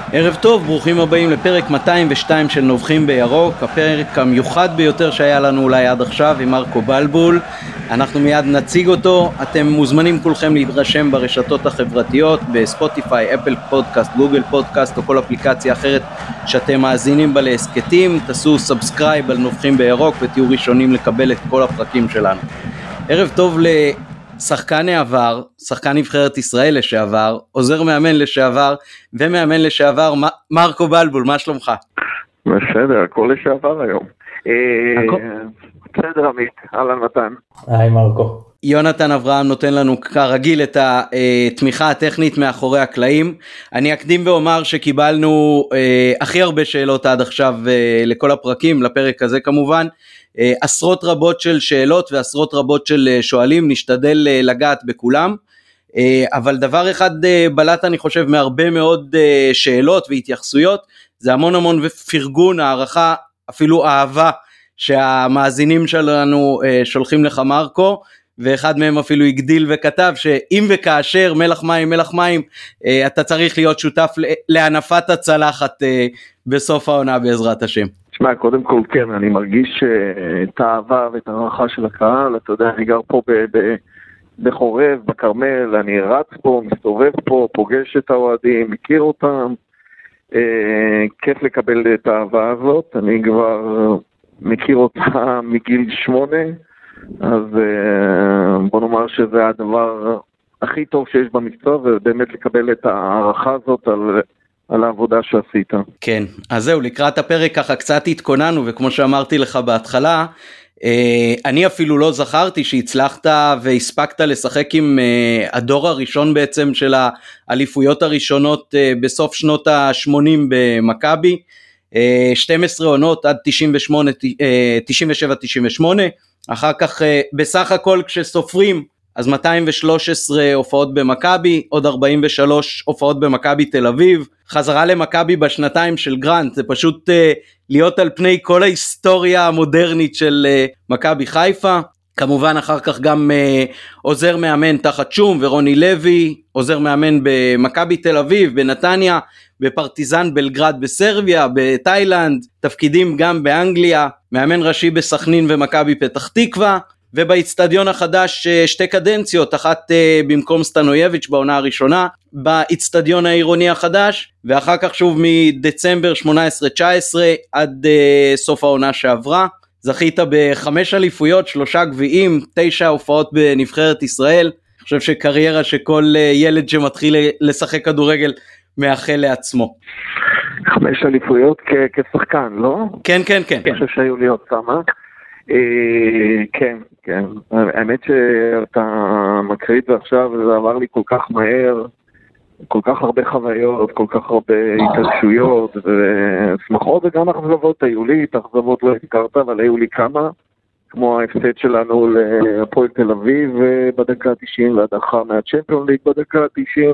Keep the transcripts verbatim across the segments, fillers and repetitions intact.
ערב טוב, ברוכים הבאים לפרק מאתיים ושתיים של נובחים בירוק, הפרק המיוחד ביותר שהיה לנו אולי עד עכשיו עם מרקו בלבול. אנחנו מיד נציג אותו. אתם מוזמנים כולכם להתרשם ברשתות החברתיות, בספוטיפיי, אפל פודקאסט, גוגל פודקאסט או כל אפליקציה אחרת שאתם מאזינים בה להסקטים. תעשו סאבסקרייב על נובחים בירוק ותהיו ראשונים לקבל את כל הפרקים שלנו. ערב טוב לשחקן העבר, שחקן נבחרת ישראל לשעבר, עוזר מאמן לשעבר ומאמן לשעבר, מרקו בלבול, מה שלומך? בסדר, הכל לשעבר היום. בסדר עמית, אהלן מתן. היי מרקו. יונתן אברהם נותן לנו כרגיל את התמיכה הטכנית מאחורי הקלעים. אני אקדים ואומר שקיבלנו אה, הכי הרבה שאלות עד עכשיו אה, לכל הפרקים, לפרק הזה כמובן, אה, עשרות רבות של שאלות ועשרות רבות של אה, שואלים, נשתדל אה, לגעת בכולם, אה, אבל דבר אחד אה, בלט אני חושב מהרבה מאוד אה, שאלות והתייחסויות, זה המון המון פרגון, הערכה, אפילו אהבה שהמאזינים שלנו אה, שולחים לך מרקו, ואחד מהם אפילו הגדיל וכתב שאם וכאשר מלח מים מלח מים אתה צריך להיות שותף להנפת הצלחת בסוף העונה בעזרת השם. תשמע, קודם כל כן, אני מרגיש את האהבה ואת הערכה של הקהל. אתה יודע, אני גר פה בחורב, בקרמל, אני רץ פה, מסתובב פה, פוגש את האוהדים, מכיר אותם, כיף לקבל את האהבה הזאת. אני כבר מכיר אותה מגיל שמונה, אז בוא נאמר שזה הדבר הכי טוב שיש במקצוע, ובאמת לקבל את הערכה הזאת על, על העבודה שעשית. כן, אז זהו, לקראת הפרק ככה קצת התכוננו, וכמו שאמרתי לך בהתחלה, אני אפילו לא זכרתי שהצלחת והספקת לשחק עם הדור הראשון בעצם של האליפויות הראשונות בסוף שנות ה-שמונים במכבי, שתים עשרה עונות עד תשעים ושבע תשעים ושמונה, אחר כך בסך הכל כשסופרים אז מאתיים ושלוש עשרה הופעות במכבי, עוד ארבעים ושלוש הופעות במכבי תל אביב, חזרה למכבי בשנתיים של גרנט, זה פשוט uh, להיות על פני כל ההיסטוריה המודרנית של uh, מכבי חיפה. כמובן אחר כך גם uh, עוזר מאמן תחת שום ורוני לוי, עוזר מאמן במכבי תל אביב, בנתניה, בפרטיזן בלגרד בסרביה, בתאילנד, תפקידים גם באנגליה, מאמן ראשי בסכנין ומכבי פתח תקווה, ובאצטדיון החדש שתי קדנציות, אחת במקום סטנויביץ' בעונה הראשונה, באצטדיון העירוני החדש, ואחר כך שוב מדצמבר שמונה עשרה תשע עשרה עד סוף העונה שעברה. זכית בחמש אליפויות, שלושה גביעים, תשע הופעות בנבחרת ישראל. אני חושב שקריירה שכל ילד שמתחיל לשחק כדורגל מאחל לעצמו. חמש אליפויות כשחקן, לא? כן, כן, כן. אני חושב שהיו לי עוד כמה. כן, כן. האמת שאתה מקריא ועכשיו זה עבר לי כל כך מהר, כל כך הרבה חוויות, כל כך הרבה התרגשויות ושמחות, וגם אכזבות היו לי, אכזבות לא הזכרת, אבל היו לי כמה, כמו ההפסד שלנו להפועל תל אביב בדקה ה-תשעים, והדחה מהצ'מפיון ליג בדקה ה-תשעים,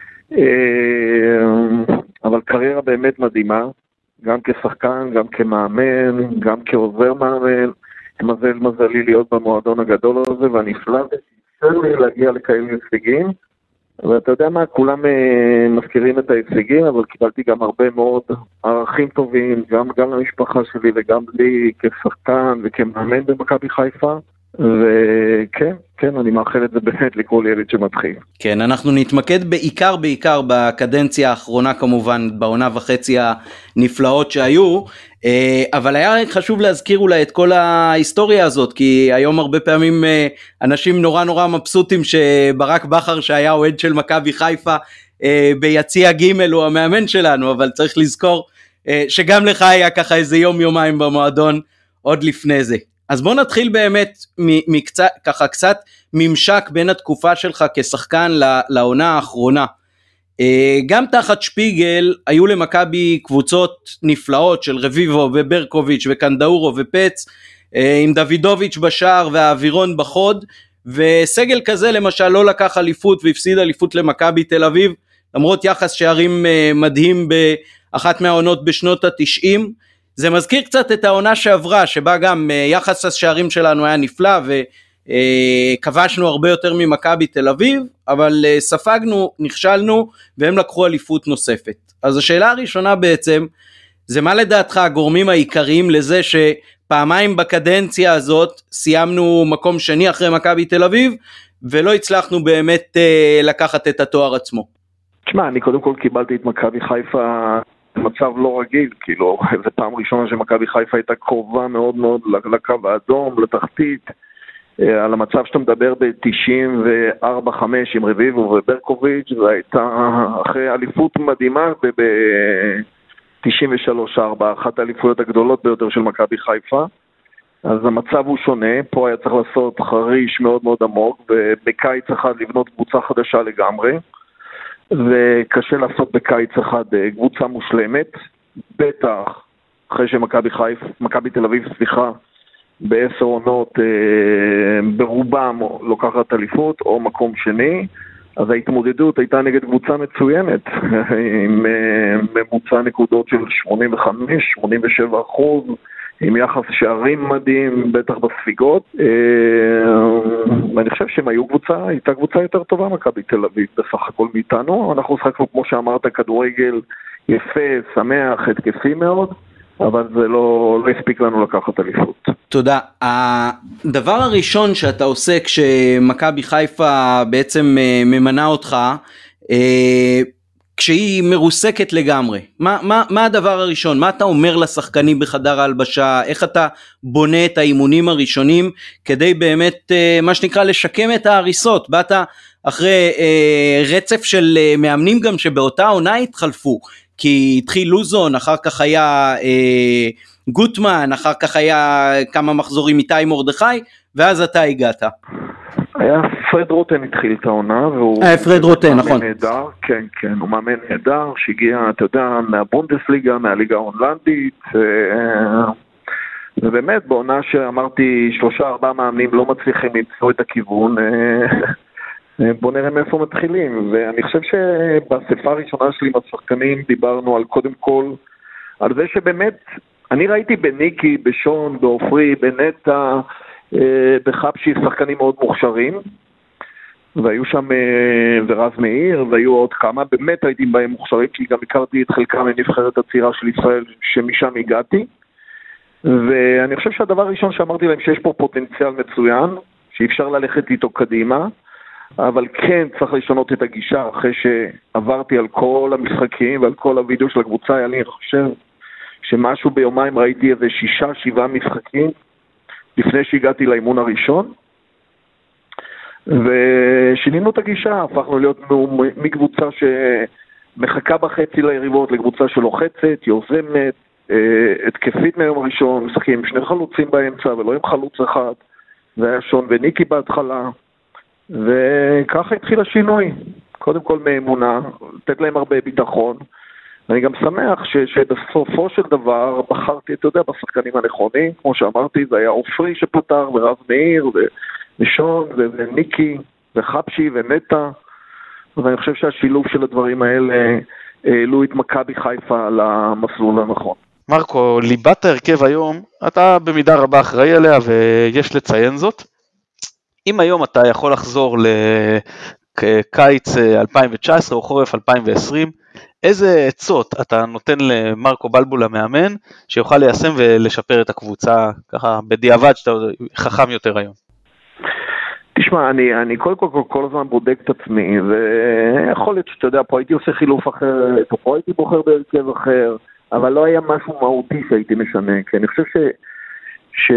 אבל קריירה באמת מדהימה, גם כשחקן, גם כמאמן, גם כעוזר מאמן. מזל מזלי להיות במועדון הגדול הזה, ואני פלאבתי לי להגיע לכאלה הישגים, ואתה יודע מה, כולם מזכירים את ההישגים, אבל קיבלתי גם הרבה מאוד ערכים טובים, גם, גם למשפחה שלי וגם לי כשחקן וכמאמן במכבי חיפה, וכן, כן, אני מאחל את זה באמת לכל ילד שמתחיל. כן, אנחנו נתמקד בעיקר בעיקר בקדנציה האחרונה כמובן, בעונה וחצי הנפלאות שהיו, אבל היה חשוב להזכיר אולי את כל ההיסטוריה הזאת, כי היום הרבה פעמים אנשים נורא נורא מבסוטים שברק בכר שהיה אוהד של מכבי חיפה ביציע ג' הוא המאמן שלנו, אבל צריך לזכור שגם לך היה ככה איזה יום יומיים במועדון עוד לפני זה. אז בוא נתחיל באמת מקצת, ככה קצת ממשק בין התקופה שלך כשחקן לעונה האחרונה. גם תחת שפיגל היו למכבי קבוצות נפלאות של רביבו וברקוביץ' וקנדאורו ופץ, עם דוידוביץ' בשער והאווירון בחוד, וסגל כזה למשל לא לקח אליפות והפסיד אליפות למכבי תל אביב, למרות יחס שערים מדהים באחת מהעונות בשנות התשעים. זה מזכיר קצת את העונה שעברה, שבה גם יחס השערים שלנו היה נפלא, וכבשנו הרבה יותר ממכבי תל אביב, אבל ספגנו, נכשלנו, והם לקחו אליפות נוספת. אז השאלה הראשונה בעצם, זה מה לדעתך הגורמים העיקריים לזה שפעמיים בקדנציה הזאת סיימנו מקום שני אחרי מכבי תל אביב, ולא הצלחנו באמת אה, לקחת את התואר עצמו? תשמע, אני קודם כל קיבלתי את מכבי חיפה במצב לא רגיל, כאילו, זו פעם ראשונה שמכבי חיפה הייתה קרובה מאוד מאוד לקו האדום, לתחתית, על המצב שאתה מדבר ב-תשעים וארבע חמש עם רביבו וברקוביץ', והייתה אחרי אליפות מדהימה ב-תשעים ושלוש ארבע, אחת האליפויות הגדולות ביותר של מכבי חיפה, אז המצב הוא שונה, פה היה צריך לעשות חריש מאוד מאוד עמוק, ובקיץ אחד לבנות קבוצה חדשה לגמרי, וקשה לעשות בקיץ אחד קבוצה מושלמת, בטח אחרי שמכבי חיפה, מכבי תל אביב, סליחה, בעשר עונות אה, ברובם לוקחת אליפות או מקום שני, אז ההתמודדות הייתה נגד קבוצה מצוינת, עם אה, ממוצע נקודות של שמונים וחמש שמונים ושבע אחוז, עם יחס שערים מדהים, בטח בספיגות, ואני חושב שהם היו קבוצה, הייתה קבוצה יותר טובה מכבי תל אביב, בסך הכל מאיתנו. אנחנו שחקנו, כמו שאמרת, כדורגל יפה, שמח, התקפי מאוד, אבל זה לא, לא הספיק לנו לקחת אליפות. תודה. הדבר הראשון שאתה עושה כשמכבי חיפה בעצם ממנה אותך, כשהיא מרוסקת לגמרי, מה, מה, מה הדבר הראשון? מה אתה אומר לשחקנים בחדר ההלבשה? איך אתה בונה את האימונים הראשונים כדי באמת, מה שנקרא, לשקם את ההריסות? באת אחרי אה, רצף של אה, מאמנים גם שבאותה עונה התחלפו, כי התחיל לוזון, אחר כך היה אה, גוטמן, אחר כך היה כמה מחזורים איתי מרדכי, ואז אתה הגעת. היה פרד רוטן התחיל את העונה, והוא... היה פרד רוטן, נכון. נהדר, כן, כן, הוא מאמן נהדר, שהגיע, אתה יודע, מהבונדסליגה, מהליגה ההולנדית, ובאמת, בעונה שאמרתי, שלושה, ארבעה מאמנים לא מצליחים למצוא את הכיוון, בוא נראה מאיפה מתחילים, ואני חושב שבאספה הראשונה שלי עם השחקנים דיברנו על קודם כל, על זה שבאמת, אני ראיתי בניקי, בשון, באופרי, בנטה, בחפשי, שחקנים מאוד מוכשרים, והיו שם ורז מאיר, והיו עוד כמה, באמת הייתי בהם מוכשרים, כי גם הכרתי את חלקם מנבחרת הצעירה של ישראל, שמשם הגעתי, ואני חושב שהדבר הראשון שאמרתי להם שיש פה פוטנציאל מצוין, שאפשר ללכת איתו קדימה, אבל כן צריך לשנות את הגישה, אחרי שעברתי על כל המשחקים ועל כל הוידאו של הקבוצה, היה לי, אני חושב, שמשהו ביומיים ראיתי איזה שישה, שבעה משחקים, לפני שהגעתי לאימון הראשון, ושינינו את הגישה, הפכנו להיות מקבוצה שמחכה בחצי ליריבות, לקבוצה שלוחצת, יוזמת, התקפית מהיום הראשון, משחקים עם שני חלוצים באמצע ולא עם חלוץ אחד, זה היה שון וניקי בהתחלה, וככה התחיל השינוי, קודם כל מאמונה, לתת להם הרבה ביטחון, אני גם שמח ש, שבסופו של דבר בחרתי, אתה יודע, בשחקנים הנכונים, כמו שאמרתי, זה היה אופרי שפתר, ורז מאיר, ושון, וניקי, וחפשי, ונטה, ואני חושב שהשילוב של הדברים האלה העלו את מכבי חיפה למסלול הנכון. מרקו, ליבת ההרכב היום, אתה במידה רבה אחראי עליה, ויש לציין זאת. אם היום אתה יכול לחזור לקיץ אלפיים תשע עשרה או חורף אלפיים עשרים, איזה עצות אתה נותן למרקו בלבול המאמן, שיוכל ליישם ולשפר את הקבוצה, ככה בדיעבד שאתה חכם יותר היום? תשמע, אני, אני כל, כל, כל, כל הזמן בודק את עצמי, ויכול להיות שאתה יודע, פה הייתי עושה חילוף אחר, פה הייתי בוחר בהרכב אחר, אבל לא היה משהו מהותי שהייתי משנה, כי אני חושב ש... ש...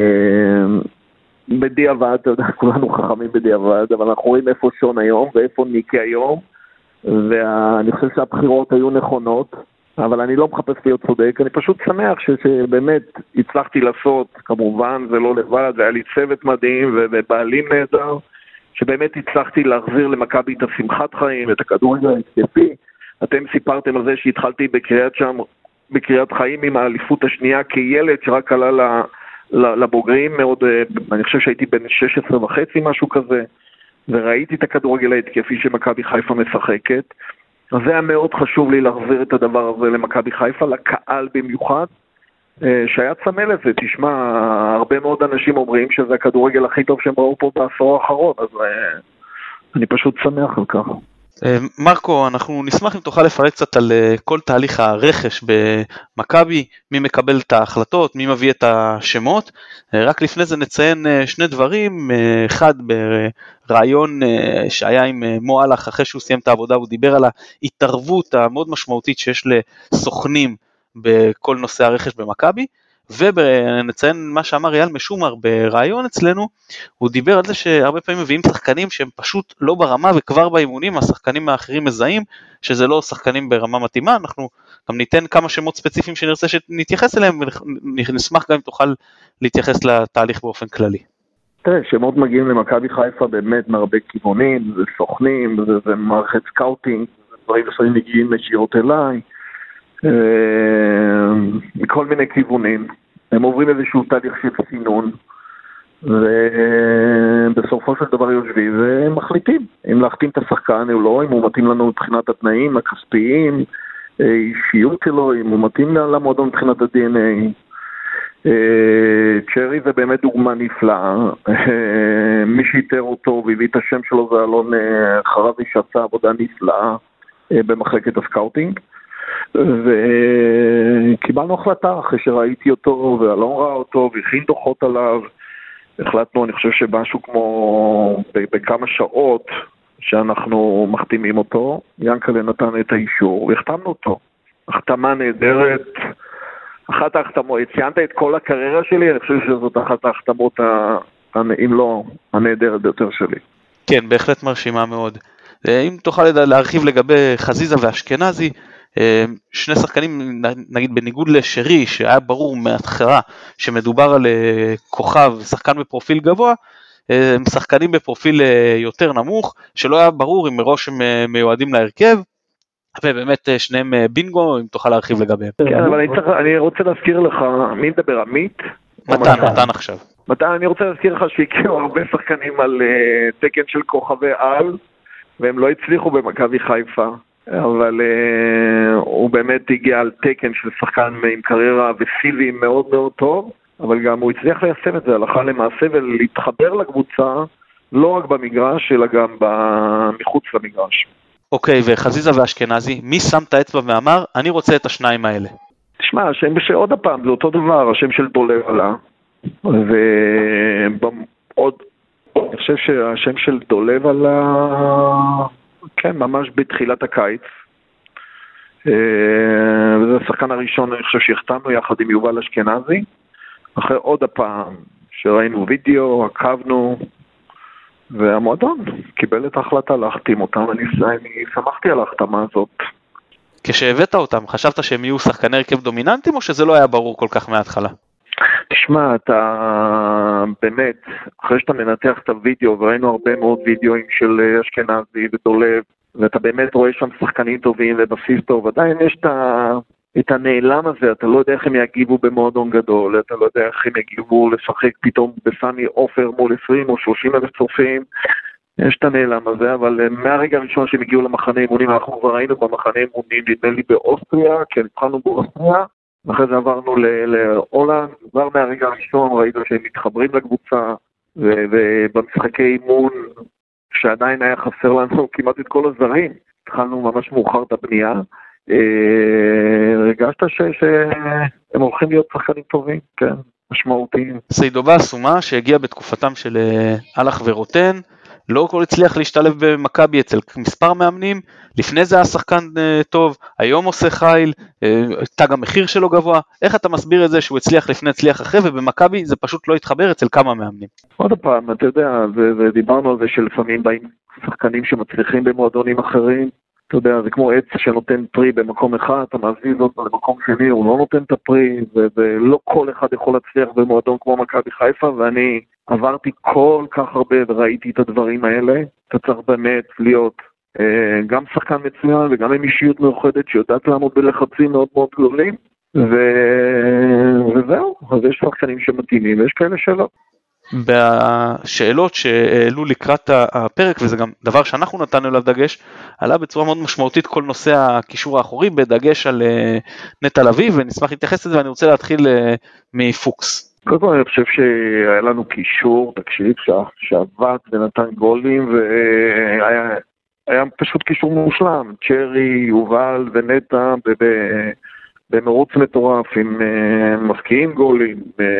בדיעבד, אתה יודע, כולנו חכמים בדיעבד, אבל אנחנו רואים איפה שון היום ואיפה ניקי היום, ואני חושב שהבחירות היו נכונות, אבל אני לא מחפש להיות צודק, אני פשוט שמח ש, שבאמת הצלחתי לעשות, כמובן זה לא לבד, זה היה לי צוות מדהים ובעלים נהדר, שבאמת הצלחתי להחזיר למכבי את השמחת חיים, את הכדורגל ההתקפי. אתם סיפרתם על זה שהתחלתי בקריית שם, בקריית חיים עם האליפות השנייה כילד שרק עלה ל... לבוגרים מאוד, אני חושב שהייתי בן שש עשרה וחצי משהו כזה, וראיתי את הכדורגל ההתקפי שמכבי חיפה משחקת, אז זה היה מאוד חשוב לי להחזיר את הדבר הזה למכבי חיפה, לקהל במיוחד, שהיה צמא לזה. תשמע, הרבה מאוד אנשים אומרים שזה הכדורגל הכי טוב שהם ראו פה בעשור האחרון, אז אני פשוט שמח על כך. מרקו, אנחנו נשמח אם תוכל לפרט קצת על כל תהליך הרכש במכבי, מי מקבל את ההחלטות, מי מביא את השמות. רק לפני זה נציין שני דברים, אחד ברעיון שהיה עם מועלך אחרי שהוא סיים את העבודה, הוא דיבר על ההתערבות המאוד משמעותית שיש לסוכנים בכל נושא הרכש במכבי, ונציין מה שאמר אייל משומר ברעיון אצלנו, הוא דיבר על זה שהרבה פעמים מביאים שחקנים שהם פשוט לא ברמה, וכבר באימונים השחקנים האחרים מזהים שזה לא שחקנים ברמה מתאימה. אנחנו גם ניתן כמה שמות ספציפיים שנרצה שנתייחס אליהם, ונשמח גם אם תוכל להתייחס לתהליך באופן כללי. תראה, שמות מגיעים למכבי חיפה באמת מהרבה כיוונים, זה סוכנים, זה, זה מערכת סקאוטינג, דברים לפעמים מגיעים ישירות אליי, מכל מיני כיוונים. הם עוברים איזשהו תהליך של סינון, ובסופו של דבר יושבים ומחליטים אם להחתים את השחקן או לא, אם הוא מתאים לנו מבחינת התנאים הכספיים, אישיות שלו, אם הוא מתאים למועדון מבחינת ה-די אן איי. צ'רי זה באמת דוגמה נפלאה, מי שיתר אותו והביא את השם שלו זה אלון חרבי שעשה עבודה נפלאה במחלקת הסקאוטינג, וקיבלנו החלטה אחרי שראיתי אותו ואלון ראה אותו והכין דוחות עליו. החלטנו, אני חושב שמשהו כמו בכמה שעות שאנחנו מחתימים אותו, ינקלה נתן את האישור והחתמנו אותו. החתמה נהדרת, אחת ההחתמות, ציינת את כל הקריירה שלי, אני חושב שזאת אחת ההחתמות, אם לא הנהדרת ביותר שלי. כן, בהחלט מרשימה מאוד. אם תוכל להרחיב לגבי חזיזה ואשכנזי, שני שחקנים, נגיד בניגוד לשרי, שהיה ברור מההתחלה שמדובר על כוכב, שחקן בפרופיל גבוה, הם שחקנים בפרופיל יותר נמוך, שלא היה ברור אם מראש הם מיועדים להרכב, ובאמת שניהם בינגו, אם תוכל להרחיב לגביהם. כן, אבל אני רוצה להזכיר לך, מי מדבר, עמית? מתן, מתן עכשיו. מתן, אני רוצה להזכיר לך שהקיעו הרבה שחקנים על תקן של כוכבי על, והם לא הצליחו במכבי חיפה. אבל uh, הוא באמת הגיע על תקן של שחקן עם קריירה וסיבי מאוד מאוד טוב, אבל גם הוא הצליח ליישם את זה הלכה למעשה ולהתחבר לקבוצה לא רק במגרש אלא גם מחוץ למגרש. אוקיי, okay, וחזיזה ואשכנזי, מי שם את האצבע ואמר אני רוצה את השניים האלה? תשמע, השם שעוד הפעם זה אותו דבר, השם של דולב עלה, ועוד אני חושב שהשם של דולב עלה כן, ממש בתחילת הקיץ. וזה השחקן הראשון, אני חושב שהחתמנו יחד עם יובל אשכנזי. אחרי עוד הפעם שראינו וידאו, עקבנו, והמועדון קיבל את ההחלטה להחתים אותם. אני, אני שמחתי על ההחתמה הזאת. כשהבאת אותם, חשבת שהם יהיו שחקני הרכב דומיננטיים, או שזה לא היה ברור כל כך מההתחלה? תשמע, אתה באמת, אחרי שאתה מנתח את הוידאו, וראינו הרבה מאוד וידאוים של אשכנזי ודולב, ואתה באמת רואה שם שחקנים טובים ובסיס טוב, עדיין יש את, ה... את הנעלם הזה, אתה לא יודע איך הם יגיבו במועדון גדול, אתה לא יודע איך הם יגיבו לשחק פתאום בסמי אופר מול עשרים או שלושים אלף צופים, יש את הנעלם הזה, אבל מהרגע הראשון שהם הגיעו למחנה אימונים, אנחנו כבר ראינו במחנה אימונים, נדמה לי באוסטריה, כי התחלנו באוסטריה, אחרי זה עברנו להולנד, כבר מהרגע הראשון ראינו שהם מתחברים לקבוצה, ובמשחקי אימון שעדיין היה חסר לנו כמעט את כל הזרים, התחלנו ממש מאוחר את הבנייה, הרגשת שהם הולכים להיות שחקנים טובים, כן, משמעותיים. סיידובה סומה שהגיע בתקופתם של הלך ורוטן, לא כל הצליח להשתלב במכבי אצל מספר מאמנים, לפני זה היה שחקן טוב, היום עושה חיל, תג המחיר שלו גבוה, איך אתה מסביר את זה שהוא הצליח לפני הצליח אחרי, ובמכבי זה פשוט לא התחבר אצל כמה מאמנים? עוד פעם, אתה יודע, ודיברנו על זה שלפעמים באים שחקנים שמצליחים במועדונים אחרים, אתה יודע, זה כמו עץ שנותן פרי במקום אחד, אתה מזיז אותו למקום שני, הוא לא נותן את הפרי, ולא כל אחד יכול להצליח במועדון כמו מכבי חיפה, ואני עברתי כל כך הרבה וראיתי את הדברים האלה, אתה צריך באמת להיות אה, גם שחקן מצוין וגם עם אישיות מיוחדת שיודעת לעמוד בלחצים מאוד מאוד גדולים, ו... וזהו, אז יש שחקנים שמתאימים ויש כאלה שלא. בשאלות שהעלו לקראת הפרק, וזה גם דבר שאנחנו נתנו עליו דגש, עלה בצורה מאוד משמעותית כל נושא הקישור האחורי, בדגש על נטע לביא, ונשמח להתייחס לזה, ואני רוצה להתחיל מפוקס. קודם כל אני חושב שהיה לנו קישור, תקשיב, שעבד ונתן גולים, והיה היה פשוט קישור מושלם, צ'רי, יובל ונטע, במרוץ מטורף, עם מפקיעים גולים,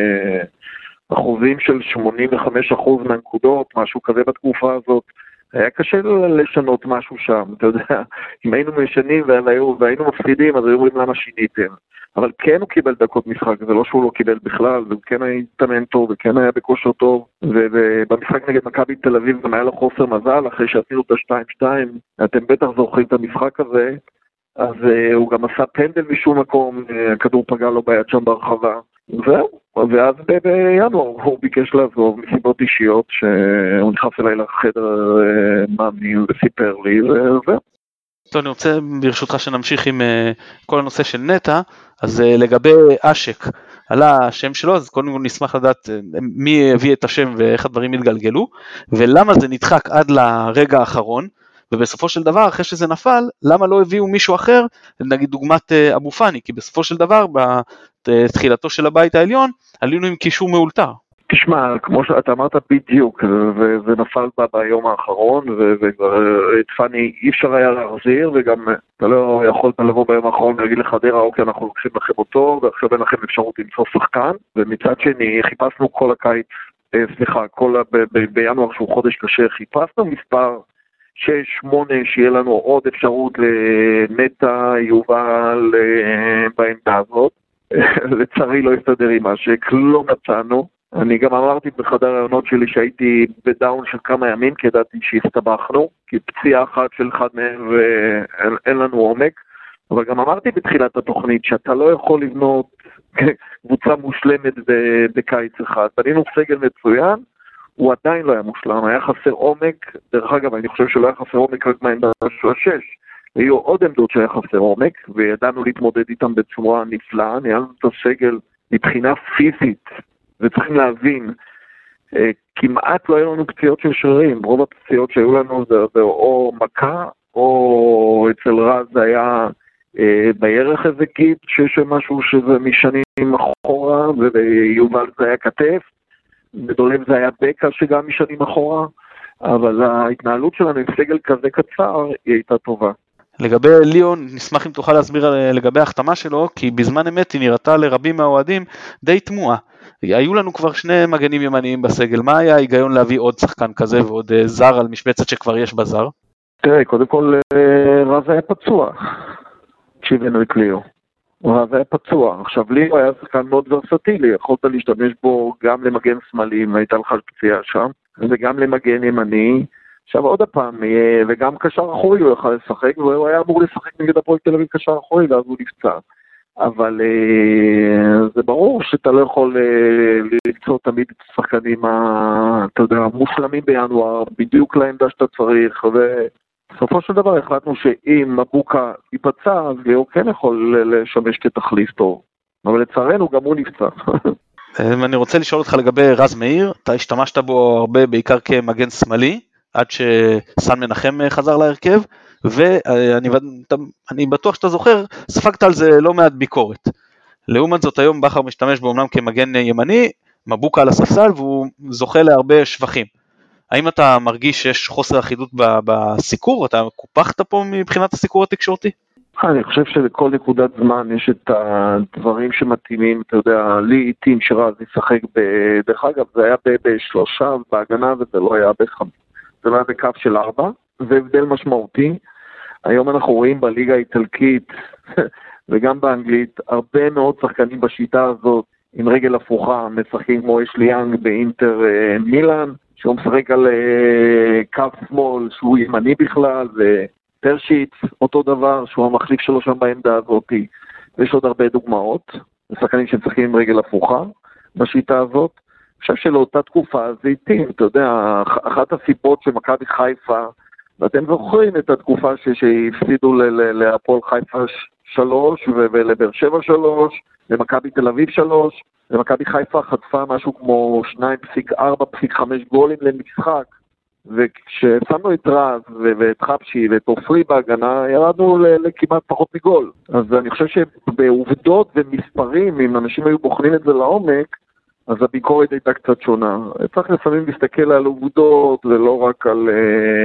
אחוזים של שמונים וחמישה אחוז מהנקודות, משהו כזה בתקופה הזאת. היה קשה לשנות משהו שם, אתה יודע, אם היינו משנים והיינו מפסידים, אז היו אומרים למה שיניתם. אבל כן הוא קיבל דקות משחק, זה לא שהוא לא קיבל בכלל, והוא כן היה התאמן טוב, וכן היה בכושר טוב, ובמשחק נגד מכבי תל אביב גם היה לו חוסר מזל, אחרי שעשינו את ה-שתיים שתיים, אתם בטח זוכרים את המשחק הזה, אז uh, הוא גם עשה פנדל משום מקום, הכדור פגע לו ביד שם ברחבה, זהו, ואז בינואר הוא ביקש לעזוב מסיבות אישיות, שהוא נכנס אליי לחדר uh, מאמנים וסיפר לי, וזהו. טוב, אני רוצה ברשותך שנמשיך עם uh, כל הנושא של נטע, אז uh, לגבי אשק, עלה השם שלו, אז קודם כל נשמח לדעת uh, מי הביא את השם ואיך הדברים התגלגלו, ולמה זה נדחק עד לרגע האחרון, ובסופו של דבר, אחרי שזה נפל, למה לא הביאו מישהו אחר, נגיד דוגמת uh, אבו פני, כי בסופו של דבר, בתחילתו של הבית העליון, עלינו עם קישור מאולתר. תשמע, כמו שאתה אמרת בדיוק, וזה נפל בה ביום האחרון, ואת פני אי אפשר היה להחזיר, וגם אתה לא יכולת לבוא ביום האחרון ולהגיד לחדרה, אוקיי, אנחנו לוקחים לכם אותו, ועכשיו אין לכם אפשרות למצוא שחקן, ומצד שני חיפשנו כל הקיץ, סליחה, כל בינואר שהוא חודש קשה, חיפשנו מספר שש, שמונה, שיהיה לנו עוד אפשרות לנטע, יובל, בעמדה הזאת. לצערי לא הסתדר עם אשק, לא מצאנו. אני גם אמרתי בחדר הרעיונות שלי שהייתי בדאון של כמה ימים, כי ידעתי שהסתבכנו, כי פציעה אחת של אחד מהם ואין לנו עומק, אבל גם אמרתי בתחילת התוכנית שאתה לא יכול לבנות קבוצה מושלמת בקיץ אחד. בנינו סגל מצוין, הוא עדיין לא היה מושלם, היה חסר עומק, דרך אגב אני חושב שלא היה חסר עומק רק מהעמדה של השש, היו עוד עמדות שהיה חסר עומק, וידענו להתמודד איתם בצורה נפלאה, ניהלנו את הסגל מבחינה פיזית, וצריכים להבין, כמעט לא היו לנו פציעות של שרירים, רוב הפציעות שהיו לנו זה, זה או מכה, או אצל רז זה היה אה, בירך איזה גיט, שיש משהו שזה משנים אחורה, וביובל זה היה כתף, בדולב זה היה בקע שגם משנים אחורה, אבל ההתנהלות שלנו עם סגל כזה קצר היא הייתה טובה. לגבי ליאון, נשמח אם תוכל להסביר לגבי ההחתמה שלו, כי בזמן אמת היא נראתה לרבים מהאוהדים די תמוהה. היו לנו כבר שני מגנים ימניים בסגל, מה היה ההיגיון להביא עוד שחקן כזה ועוד זר על משבצת שכבר יש בזר? תראה, קודם כל רז היה פצוע, כשהבאנו את ליאו. רז היה פצוע. עכשיו ליאו היה שחקן מאוד ורסטילי, יכולת להשתמש בו גם למגן שמאלי, אם הייתה לך פציעה שם, וגם למגן ימני. עכשיו עוד הפעם, וגם קשר אחורי הוא יכל לשחק, והוא היה אמור לשחק נגד הפועל תל אביב קשר אחורי, ואז הוא נפצע. אבל זה ברור שאתה לא יכול למצוא תמיד את השחקנים, אתה יודע, מושלמים בינואר, בדיוק לעמדה שאתה צריך, ובסופו של דבר החלטנו שאם מבוקה ייפצע, אז ליאו כן יכול לשמש כתחליף טוב. אבל לצערנו גם הוא נפצע. אני רוצה לשאול אותך לגבי רז מאיר, אתה השתמשת בו הרבה בעיקר כמגן שמאלי, עד שסן מנחם חזר להרכב, ואני בטוח שאתה זוכר, ספגת על זה לא מעט ביקורת. לעומת זאת היום בכר משתמש בו אמנם כמגן ימני, מבוקה על הספסל, והוא זוכה להרבה שבחים. האם אתה מרגיש שיש חוסר אחידות בסיקור? אתה קופחת פה מבחינת הסיקור התקשורתי? אני חושב שלכל נקודת זמן יש את הדברים שמתאימים, אתה יודע, לי איתים שרז ישחק, דרך אגב זה היה בשלושה בהגנה וזה לא היה בחמש. זה לא היה בקו של ארבע, זה הבדל משמעותי. היום אנחנו רואים בליגה האיטלקית וגם באנגלית, הרבה מאוד שחקנים בשיטה הזאת, עם רגל הפוכה, משחקים כמו אשלי יאנג באינטר מילאן, שהוא משחק על קו שמאל, שהוא ימני בכלל, וטרשיץ, אותו דבר, שהוא המחליף שלו שם בעמדה הזאת. ויש עוד הרבה דוגמאות, שחקנים שמשחקים עם רגל הפוכה בשיטה הזאת. אני חושב שלאותה תקופה זה איתים, אתה יודע, אחת הסיבות שמכבי חיפה, ואתם זוכרים את התקופה שהפסידו להפועל חיפה שלוש, ולבאר שבע שלוש, למכבי תל אביב שלוש, למכבי חיפה חטפה משהו כמו שתיים נקודה ארבע חמש גולים למשחק, וכששמנו את רז ואת חפשי ואת אופרי בהגנה, ירדנו לכמעט פחות מגול. אז אני חושב שבעובדות ומספרים, אם אנשים היו בוחנים את זה לעומק, אז הביקורת הייתה קצת שונה. צריך לפעמים להסתכל על עובדות ולא רק על uh,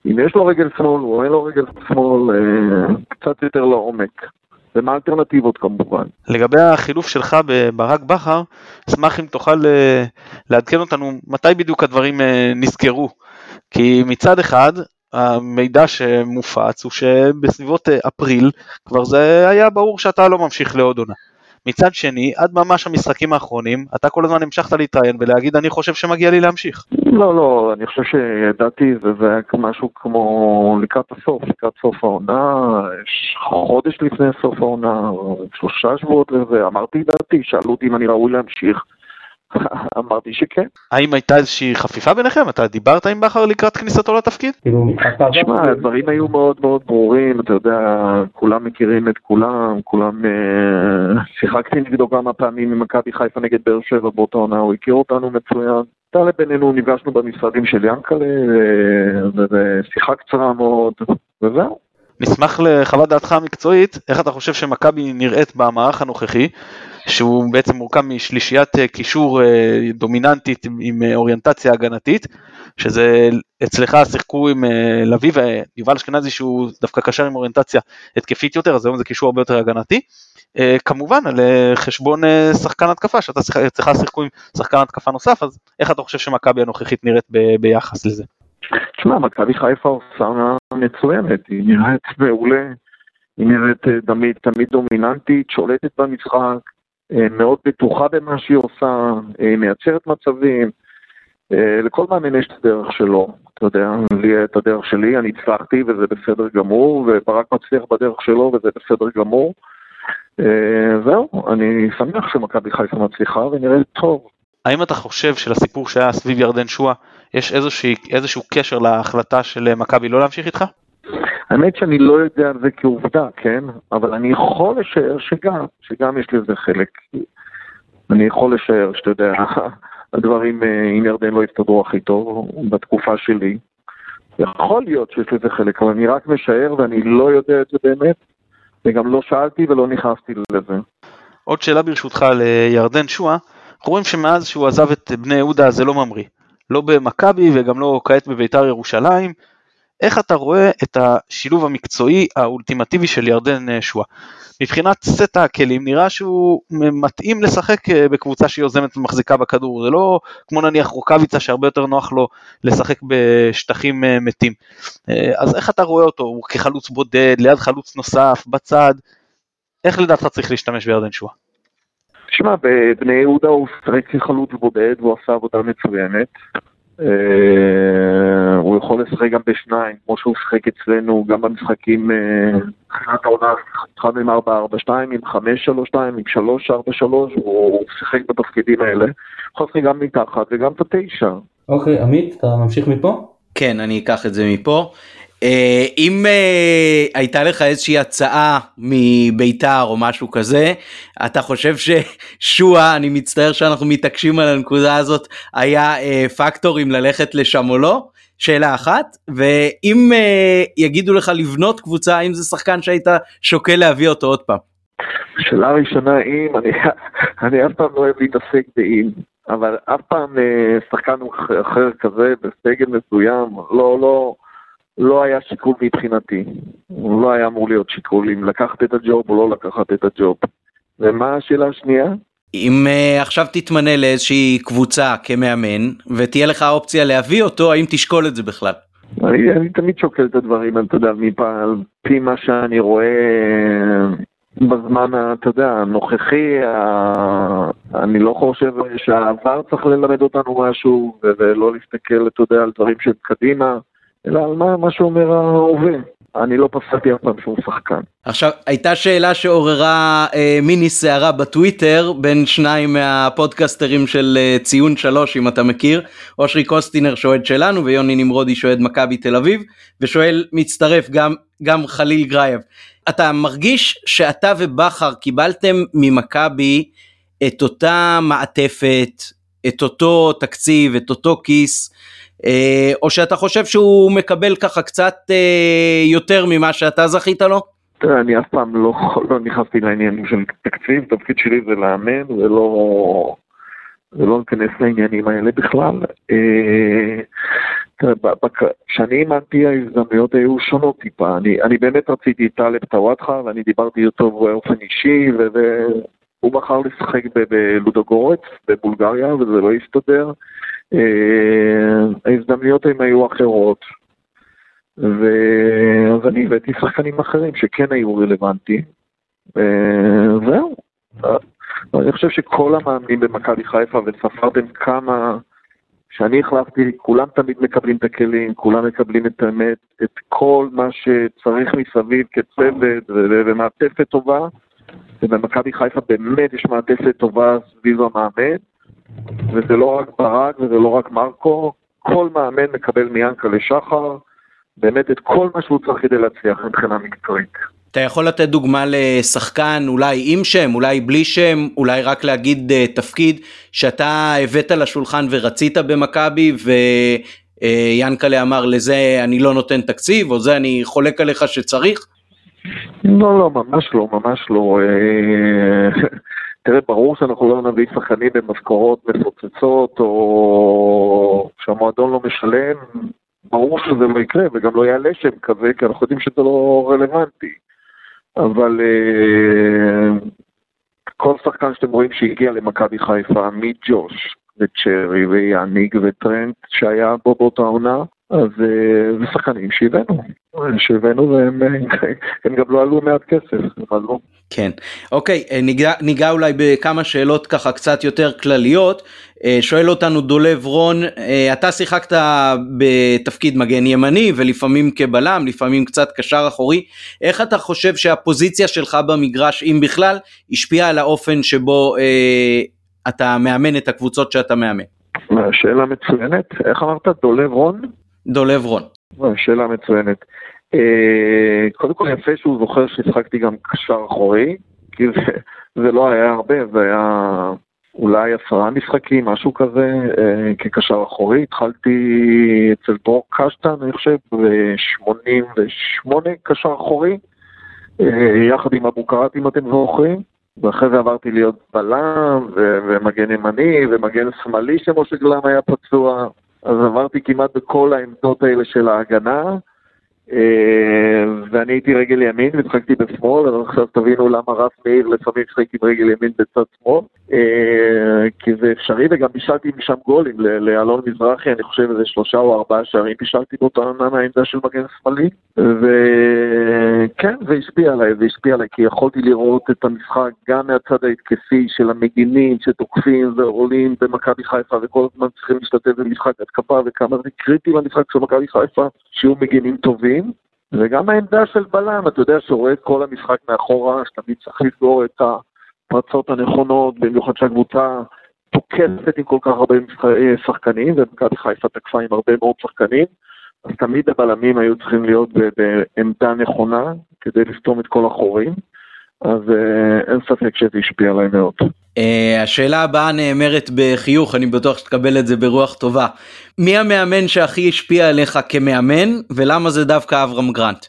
אם יש לו רגל שמאל או אין לו רגל שמאל, קצת יותר לעומק. ומה האלטרנטיבות כמובן. לגבי החילוף שלך בברק בכר, אשמח אם תוכל לעדכן אותנו מתי בדיוק הדברים נסגרו. כי מצד אחד, המידע שמופץ הוא שבסביבות אפריל כבר זה היה ברור שאתה לא ממשיך לעוד עונה. מצד שני, עד ממש המשחקים האחרונים, אתה כל הזמן המשכת להתראיין ולהגיד אני חושב שמגיע לי להמשיך. לא, לא, אני חושב שידעתי, זה, זה היה משהו כמו לקראת הסוף, לקראת סוף העונה, חודש לפני סוף העונה, שלושה שבועות לזה, אמרתי דעתי, שאלו אותי אם אני ראוי להמשיך. אמרתי שכן. האם הייתה איזושהי חפיפה ביניכם? אתה דיברת עם בכר לקראת כניסתו לתפקיד? תשמע, הדברים היו מאוד מאוד ברורים, אתה יודע, כולם מכירים את כולם, כולם, שיחקתי נגדו כמה פעמים עם מכבי חיפה נגד באר שבע באותה עונה, הוא הכיר אותנו מצוין. תעלה בינינו, נפגשנו במשרדים של ינקלה, ושיחה קצרה מאוד, וזהו. נשמח לחוות דעתך המקצועית, איך אתה חושב שמכבי נראית במערך הנוכחי, שהוא בעצם מורכב משלישיית קישור דומיננטית עם אוריינטציה הגנתית, שזה אצלך שיחקו עם לוי ויובל אשכנזי שהוא דווקא קשר עם אוריינטציה התקפית יותר, אז היום זה קישור הרבה יותר הגנתי, כמובן על חשבון שחקן התקפה, שאתה צריכה שיחקו עם שחקן התקפה נוסף, אז איך אתה חושב שמכבי הנוכחית נראית ביחס לזה? תשמע, מכבי חיפה עושה מצוינת, היא נראית מעולה, היא נראית תמיד, תמיד דומיננטית, שולטת במשחק, מאוד בטוחה במה שהיא עושה, מייצרת מצבים, לכל מאמן יש את הדרך שלו, אתה יודע, לי את הדרך שלי, אני הצלחתי וזה בסדר גמור, וברק מצליח בדרך שלו וזה בסדר גמור, זהו, אני שמח שמכבי חיפה מצליחה ונראית טוב. האם אתה חושב שלסיפור שהיה סביב ירדן שואה, יש איזשהו, איזשהו קשר להחלטה של מכבי לא להמשיך איתך? האמת שאני לא יודע על זה כעובדה, כן? אבל אני יכול לשער שגם, שגם יש לזה חלק. אני יכול לשער שאתה יודע, הדברים עם ירדן לא יסתדרו הכי טוב בתקופה שלי. יכול להיות שיש לזה חלק, אבל אני רק משער ואני לא יודע את זה באמת, וגם לא שאלתי ולא נכנסתי לזה. עוד שאלה ברשותך לירדן שואה, אנחנו רואים שמאז שהוא עזב את בני יהודה זה לא ממריא. לא במכבי וגם לא כעת בביתר ירושלים. איך אתה רואה את השילוב המקצועי האולטימטיבי של ירדן שואה? מבחינת סט הכלים נראה שהוא מתאים לשחק בקבוצה שהיא יוזמת ומחזיקה בכדור, זה לא כמו נניח רוקביצה שהרבה יותר נוח לו לשחק בשטחים מתים. אז איך אתה רואה אותו? הוא כחלוץ בודד, ליד חלוץ נוסף, בצד? איך לדעתך צריך להשתמש בירדן שואה? תשמע, בבני יהודה הוא שחק כחלוץ בודד והוא עשה עבודה מצוינת. הוא יכול לשחק גם בשניים, כמו שהוא שחק אצלנו, גם במשחקים, אחת העונה, התחלנו עם ארבע ארבע שתיים, עם חמש שלוש שתיים, עם שלוש ארבע שלוש, הוא שחק בתפקידים האלה. הוא יכול לשחק גם מתחת וגם את התשע. אוקיי, עמית, אתה ממשיך מפה? כן, אני אקח את זה מפה. אם הייתה לך איזושהי הצעה מביתר או משהו כזה, אתה חושב ששואה, אני מצטער שאנחנו מתעקשים על הנקודה הזאת, היה פקטור אם ללכת לשם או לא? שאלה אחת. ואם יגידו לך לבנות קבוצה, האם זה שחקן שהיית שוקל להביא אותו עוד פעם? שאלה ראשונה, אם, אני, אני אף פעם לא אוהב להתעסק באם, אבל אף פעם שחקן אחר כזה בסגל מסוים, לא, לא, לא היה שיקול מבחינתי. הוא לא היה אמור להיות שיקול אם לקחת את הג'וב או לא לקחת את הג'וב. ומה השאלה השנייה? אם uh, עכשיו תתמנה לאיזושהי קבוצה כמאמן, ותהיה לך האופציה להביא אותו, האם תשקול את זה בכלל? אני, אני תמיד שוקל את הדברים, אתה יודע, מפעל, פי מה שאני רואה בזמן, אתה יודע, הנוכחי, אני לא חושב שהעבר צריך ללמד אותנו משהו, ולא להסתכל, אתה יודע, על דברים של קדימה, אלא על מה, מה שאומר ההווה. אני לא פסעתי אף פעם שום שחקן. עכשיו, הייתה שאלה שעוררה אה, מיני סערה בטוויטר, בין שניים מהפודקסטרים של אה, ציון שלוש, אם אתה מכיר, אושרי קוסטינר שואד שלנו, ויוני נמרודי שואד מכבי תל אביב, ושואל מצטרף גם, גם חליל גרייב. אתה מרגיש שאתה ובכר קיבלתם ממכבי את אותה מעטפת, את אותו תקציב, את אותו כיס, או שאתה חושב שהוא מקבל ככה קצת יותר ממה שאתה זכית לו? תראה, אני אף פעם לא, לא נכנסתי לעניינים של תקציב, תפקיד שלי זה לאמן ולא, ולא נכנס לעניינים האלה בכלל. כשאני אימנתי ההזדמנויות היו שונות טיפה, אני, אני באמת רציתי את טלב טוואטחה ואני דיברתי אותו באופן אישי והוא בחר לשחק בלודוגורץ בבולגריה וזה לא הסתדר, ההזדמנויות הן היו אחרות ואז אני הבאתי שחקנים אחרים שכן היו רלוונטיים וזהו. אני חושב שכל המאמנים במכבי חיפה וספרתם כמה שאני החלפתי, כולם תמיד מקבלים את הכלים, כולם מקבלים את האמת, את כל מה שצריך מסביב כצוות ומעטפת טובה, ובמכבי חיפה באמת יש מעטפת טובה סביב המאמן, וזה לא רק ברק וזה לא רק מרקו, כל מאמן מקבל מיאנקה לשחר, באמת את כל מה שהוא צריך כדי להצליח מבחינה מקצועית. אתה יכול לתת דוגמה לשחקן, אולי עם שם, אולי בלי שם, אולי רק להגיד uh, תפקיד שאתה הבאת לשולחן ורצית במכבי, ויאנקלה אמר לזה אני לא נותן תקציב, או זה אני חולק עליך שצריך? לא, לא, ממש לא, ממש לא. תראה, ברור שאנחנו לא נביא שחקנים במשכורות מפוצצות, או שהמועדון לא משלם, ברור שזה לא יקרה, וגם לא יעלה שם כזה, כי אנחנו יודעים שזה לא רלוונטי. אבל uh, כל שחקן שאתם רואים שהגיע למכבי חיפה, מג'וש וצ'רי ויאניק וטרנט שהיה בו באותה עונה, אז uh, זה שחקנים שהבאנו, שהבאנו והם הם גם לא עלו מעט כסף, אבל לא. כן, אוקיי, ניגע, ניגע אולי בכמה שאלות ככה קצת יותר כלליות. שואל אותנו דולב רון, אתה שיחקת בתפקיד מגן ימני ולפעמים כבלם, לפעמים קצת קשר אחורי, איך אתה חושב שהפוזיציה שלך במגרש, אם בכלל, השפיעה על האופן שבו אה, אתה מאמן את הקבוצות שאתה מאמן? שאלה מצוינת, איך אמרת? דולב רון? דולב רון. שאלה מצוינת. קודם כל יפה שהוא זוכר שהשחקתי גם קשר אחורי, כי זה, זה לא היה הרבה, זה היה אולי עשרה משחקים, משהו כזה, כקשר אחורי. התחלתי אצל דרור קשטן, אני חושב, ב-שמונים ושמונה קשר אחורי, יחד עם אבו קראט, אם אתם זוכרים, ואחרי זה עברתי להיות בלם, ו- ומגן ימני, ומגן שמאלי שמשה גלם היה פצוע, אז עברתי כמעט בכל העמדות האלה של ההגנה, ואני הייתי רגל ימין ושחקתי בשמאל, אז עכשיו תבינו למה רף מאיר לפעמים שחק עם רגל ימין בצד שמאל, כי זה אפשרי, וגם בישלתי משם גולים לאלון מזרחי, אני חושב איזה שלושה או ארבעה שערים בישלתי באותה עונה מהעמדה של מגן שמאלי, וכן, זה השפיע עליי, זה השפיע עליי, כי יכולתי לראות את המשחק גם מהצד ההתקפי של המגינים שתוקפים ועולים במכבי חיפה, וכל הזמן צריכים להשתתף במשחק התקפה, וכמה זה קריטי במשחק של מכבי חיפה, שיהיו מגינים טובים, וגם העמדה של בלם, אתה יודע שרואה את כל המשחק מאחורה, שתמיד צריך לסגור את הפרצות הנכונות, במיוחד שהקבוצה תוקפת עם כל כך הרבה שחקנים, ומכבי חיפה תקפה עם הרבה מאוד שחקנים, אז תמיד הבלמים היו צריכים להיות בעמדה נכונה, כדי לסתום את כל החורים, אז אין ספק שזה השפיע עליי מאוד. השאלה הבאה נאמרת בחיוך, אני בטוח שתקבל את זה ברוח טובה. מי המאמן שהכי השפיע עליך כמאמן, ולמה זה דווקא אברהם גרנט?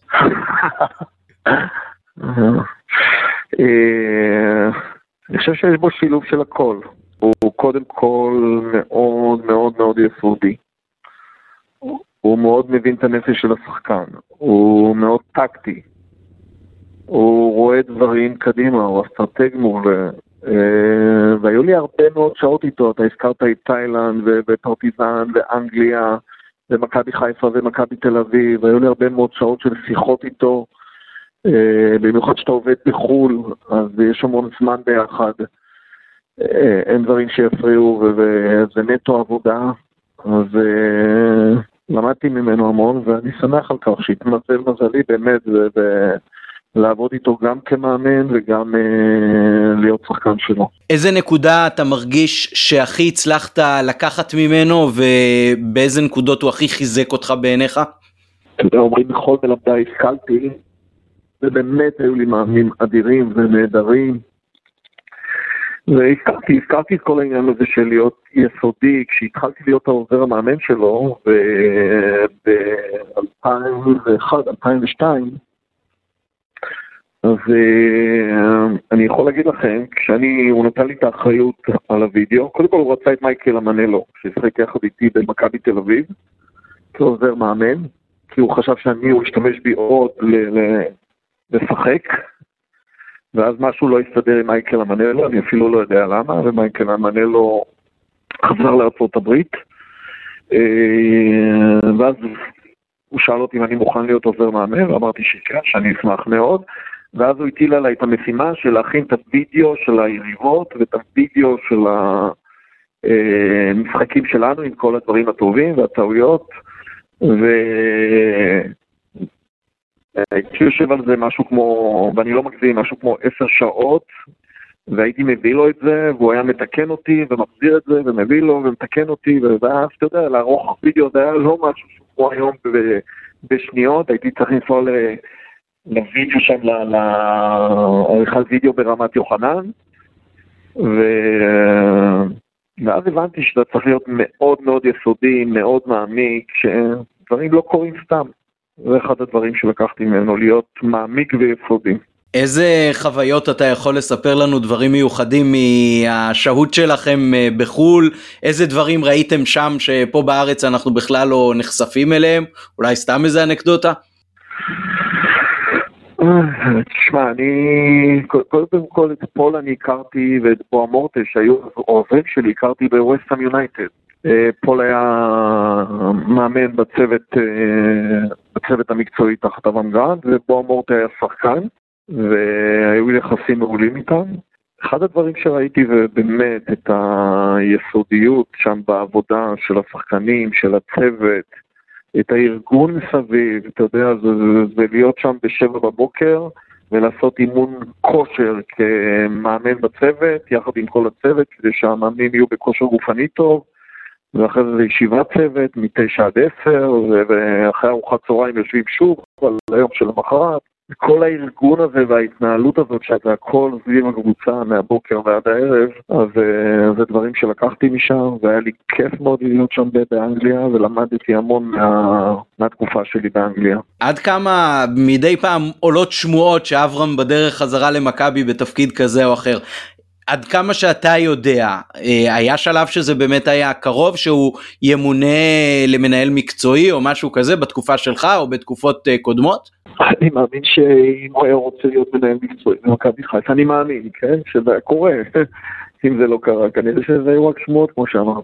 אני חושב שיש בו שילוב של הכל. הוא קודם כל מאוד מאוד מאוד יסודי. הוא מאוד מבין את הנפש של השחקן. הוא מאוד טקטי. הוא רואה דברים קדימה, הוא אסטרטג מעולה. והיו לי הרבה מאוד שעות איתו, אתה הזכרת את תאילנד ופרטיזן ואנגליה ומכבי חיפה ומכבי תל אביב, והיו לי הרבה מאוד שעות של שיחות איתו, במיוחד שאתה עובד בחול, אז יש המון זמן ביחד, אין דברים שיפריעו וזה נטו עבודה, אז למדתי ממנו המון ואני שמח על כך שהתמצל מזלי באמת לעבוד איתו גם כמאמן וגם אה, להיות שחקן שלו. איזה נקודה אתה מרגיש שהכי הצלחת לקחת ממנו, ובאיזה נקודות הוא הכי חיזק אותך בעיניך? אתה יודע, אומרים בכל מלמדי השכלתי, ובאמת היו לי מאמנים אדירים ונהדרים, והזכרתי, הזכרתי את כל העניין הזה של להיות יסודי, כשהתחלתי להיות העוזר המאמן שלו, ב-אלפיים ואחת אלפיים ושתיים, אז uh, אני יכול להגיד לכם, כשאני, הוא נתן לי את האחריות על הוידאו, קודם כל הוא רצה את מייקל אמנלו, ששחק יחד איתי במכבי תל אביב, כעוזר מאמן, כי הוא חשב שאני, הוא השתמש בי עוד לשחק, ואז משהו לא הסתדר עם מייקל אמנלו, אני אפילו לא יודע למה, ומייקל אמנלו חזר לארצות הברית, ואז הוא שאל אותי אם אני מוכן להיות עוזר מאמן, ואמרתי שכן, שאני אשמח מאוד, ואז הוא הטיל עליי את המשימה של להכין את הוידאו של היריבות, ואת הוידאו של המשחקים שלנו, עם כל הדברים הטובים והטעויות, והייתי יושב על זה משהו כמו, ואני לא מגזים, משהו כמו עשר שעות, והייתי מביא לו את זה, והוא היה מתקן אותי, ומחזיר את זה, ומביא לו, ומתקן אותי, ואז, אתה יודע, לערוך וידאו, זה היה לא משהו כמו היום בשניות, הייתי צריך לנסוע לוידאו שם, לעריכת וידאו ברמת יוחנן, ואז הבנתי שאתה צריך להיות מאוד מאוד יסודי, מאוד מעמיק, שדברים לא קורים סתם. זה אחד הדברים שלקחתי ממנו, להיות מעמיק ויסודי. איזה חוויות אתה יכול לספר לנו, דברים מיוחדים מהשהות שלכם בחול? איזה דברים ראיתם שם שפה בארץ אנחנו בכלל לא נחשפים אליהם? אולי סתם איזה אנקדוטה? תשמע, אני קודם כל את פול אני הכרתי, ואת בו אמורטה שהיו עוזרים שלי, הכרתי בווסטהאם יונייטד. פול היה מאמן בצוות, בצוות המקצועי תחת אברהם גרנט, ובו אמורטה היה שחקן, והיו יחסים מעולים איתם. אחד הדברים שראיתי, ובאמת את היסודיות שם בעבודה של השחקנים, של הצוות, את הארגון מסביב, אתה יודע, זה, זה להיות שם בשבע בבוקר, ולעשות אימון כושר כמאמן בצוות, יחד עם כל הצוות, כדי שהמאמנים יהיו בכושר גופני טוב, ואחרי זה ישיבת צוות, מתשע עד עשר, ואחרי ארוחת צהריים יושבים שוב, על היום של המחרת. כל הארגון הזה וההתנהלות הזאת, שזה הכל סביב הקבוצה מהבוקר ועד הערב, אז זה דברים שלקחתי משם, והיה לי כיף מאוד להיות שם באנגליה, ולמדתי המון מה, מהתקופה שלי באנגליה. עד כמה מדי פעם עולות שמועות שאברהם בדרך חזרה למכבי בתפקיד כזה או אחר? עד כמה שאתה יודע, היה שלב שזה באמת היה קרוב, שהוא ימונה למנהל מקצועי או משהו כזה בתקופה שלך או בתקופות קודמות? אני מאמין שאם הוא היה רוצה להיות מנהל מקצועי במכבי חיפה, אני מאמין, כן? שזה קורה. אם זה לא קרה, כנראה שזה היו רק שמועות, כמו שאמרת.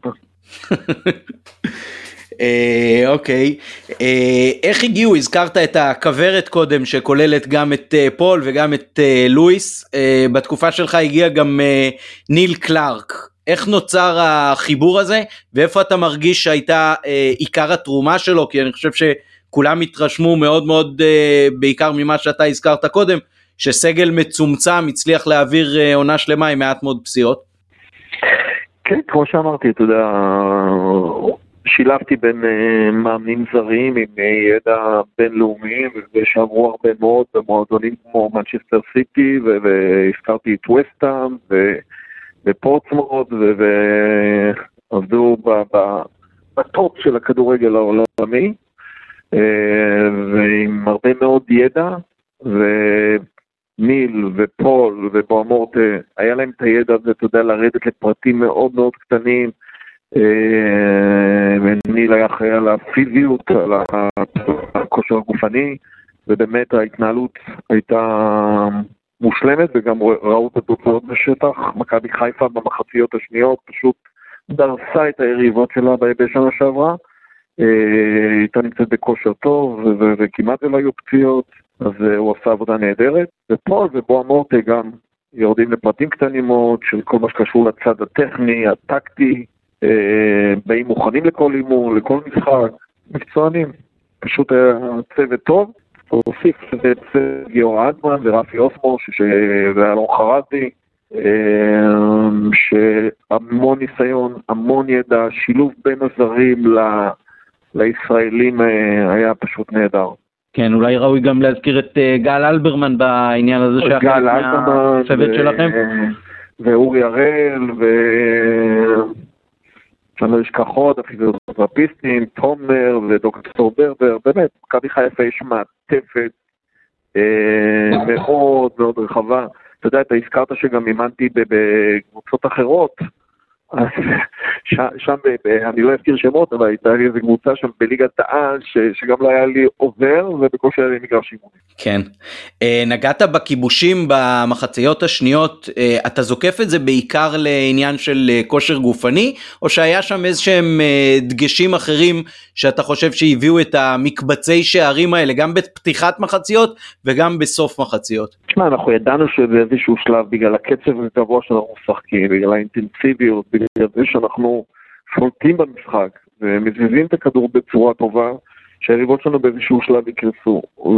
אוקיי, איך הגיעו? הזכרת את הכברת קודם שכוללת גם את פול וגם את לואיס, בתקופה שלך הגיע גם ניל קלארק. איך נוצר החיבור הזה ואיפה אתה מרגיש שהייתה עיקר התרומה שלו? כי אני חושב שכולם התרשמו מאוד מאוד בעיקר ממה שאתה הזכרת קודם, שסגל מצומצם הצליח להעביר עונה שלמה עם מעט מאוד פציעות. כן, כמו שאמרתי, אתה יודע, שילבתי בין uh, מאמנים זרים עם uh, ידע בינלאומי, ושעברו הרבה מאוד במועדונים כמו מנצ'סטר סיטי, והזכרתי את ווסטהאם, ופורטסמוט, ועבדו בטופ של הכדורגל העולמי, uh, ועם הרבה מאוד ידע, וניל ופול ובואמורט, היה להם את הידע הזה, אתה יודע, לרדת לפרטים מאוד מאוד קטנים, וניל היה אחראי על הפיזיות, על הכושר הגופני, ובאמת ההתנהלות הייתה מושלמת, וגם ראו את התוצאות בשטח. מכבי חיפה במחציות השניות פשוט דרסה את היריבות שלה בשנה שעברה, הייתה נמצאת בכושר טוב, וכמעט לא היו פציעות, אז הוא עשה עבודה נהדרת. ופול ובואמורט גם יורדים לפרטים קטנים מאוד, של כל מה שקשור לצד הטכני, הטקטי, באים מוכנים לכל אימון, לכל משחק, מקצוענים, פשוט היה צוות טוב. הוסיף את גיאור אדמן ורפי אוסמו, ואלון חרזי, שהמון ניסיון, המון ידע, שילוב בין הזרים לישראלים היה פשוט נהדר. כן, אולי ראוי גם להזכיר את גל אלברמן בעניין הזה גל אלברמן מהצוות שלכם. ואורי הראל, ו... שאני לא אשכח עוד, הפיזיותרפיסטים, תומר ודוקטור ברבר, באמת, מכבי חיפה יש מעטפת אה, מאוד מאוד רחבה. אתה יודע, אתה הזכרת שגם אימנתי בקבוצות אחרות, אז שם, אני לא אזכיר שמות, אבל הייתה לי איזו קבוצה שם בליגת העל, שגם לא היה לי עובר, ובקושי היה לי מגרש אימונים. כן. נגעת בכיבושים במחציות השניות, אתה זוקף את זה בעיקר לעניין של כושר גופני, או שהיה שם איזשהם דגשים אחרים, שאתה חושב שהביאו את המקבצי שערים האלה, גם בפתיחת מחציות, וגם בסוף מחציות? תשמע, אנחנו ידענו שבאיזשהו שלב, בגלל הקצב הגבוה שאנחנו משחקים, בגלל האינטנסיביות, בגלל זה שאנחנו שולטים במשחק, ומזיזים את הכדור בצורה טובה, שהריבות שלנו באיזשהו שלב יקרסו.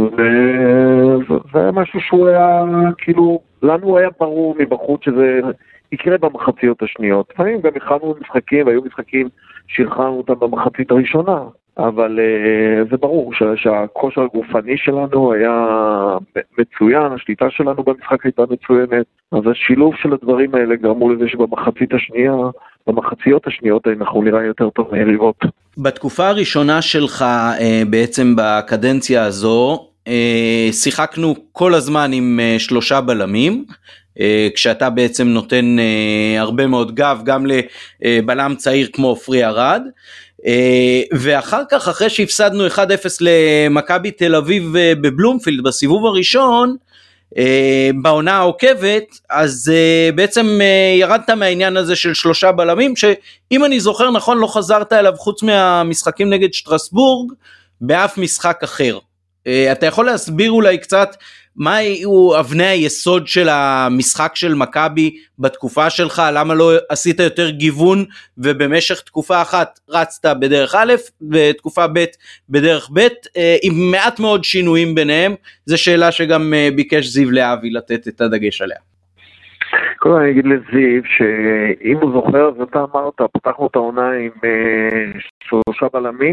וזה היה משהו שהוא היה, כאילו, לנו היה ברור מבחוץ שזה יקרה במחציות השניות. לפעמים גם הכנו משחקים, והיו משחקים שהכנו אותם במחצית הראשונה, אבל uh, זה ברור שה, שהכושר הגופני שלנו היה מצוין, השליטה שלנו במשחק הייתה מצוינת, אז השילוב של הדברים האלה גרמו לזה שבמחצית השנייה, במחציות השניות אנחנו נראה יותר טוב מהיריבות. בתקופה הראשונה שלך uh, בעצם בקדנציה הזו, uh, שיחקנו כל הזמן עם uh, שלושה בלמים, Uh, כשאתה בעצם נותן uh, הרבה מאוד גב גם לבלם צעיר כמו עופרי ארד, uh, ואחר כך אחרי שהפסדנו אחד אפס למכבי תל אביב uh, בבלומפילד בסיבוב הראשון, uh, בעונה העוקבת, אז uh, בעצם uh, ירדת מהעניין הזה של שלושה בלמים, שאם אני זוכר נכון לא חזרת אליו חוץ מהמשחקים נגד שטרסבורג באף משחק אחר. Uh, אתה יכול להסביר אולי קצת מה היו אבני היסוד של המשחק של מכבי בתקופה שלך, למה לא עשית יותר גיוון, ובמשך תקופה אחת רצת בדרך א', ותקופה ב' בדרך ב', עם מעט מאוד שינויים ביניהם, זו שאלה שגם ביקש זיו להבי לתת את הדגש עליה. קודם אני אגיד לזיו, שאם הוא זוכר, אז אתה אמרת, פתחנו את העונה עם שלושה בלמים,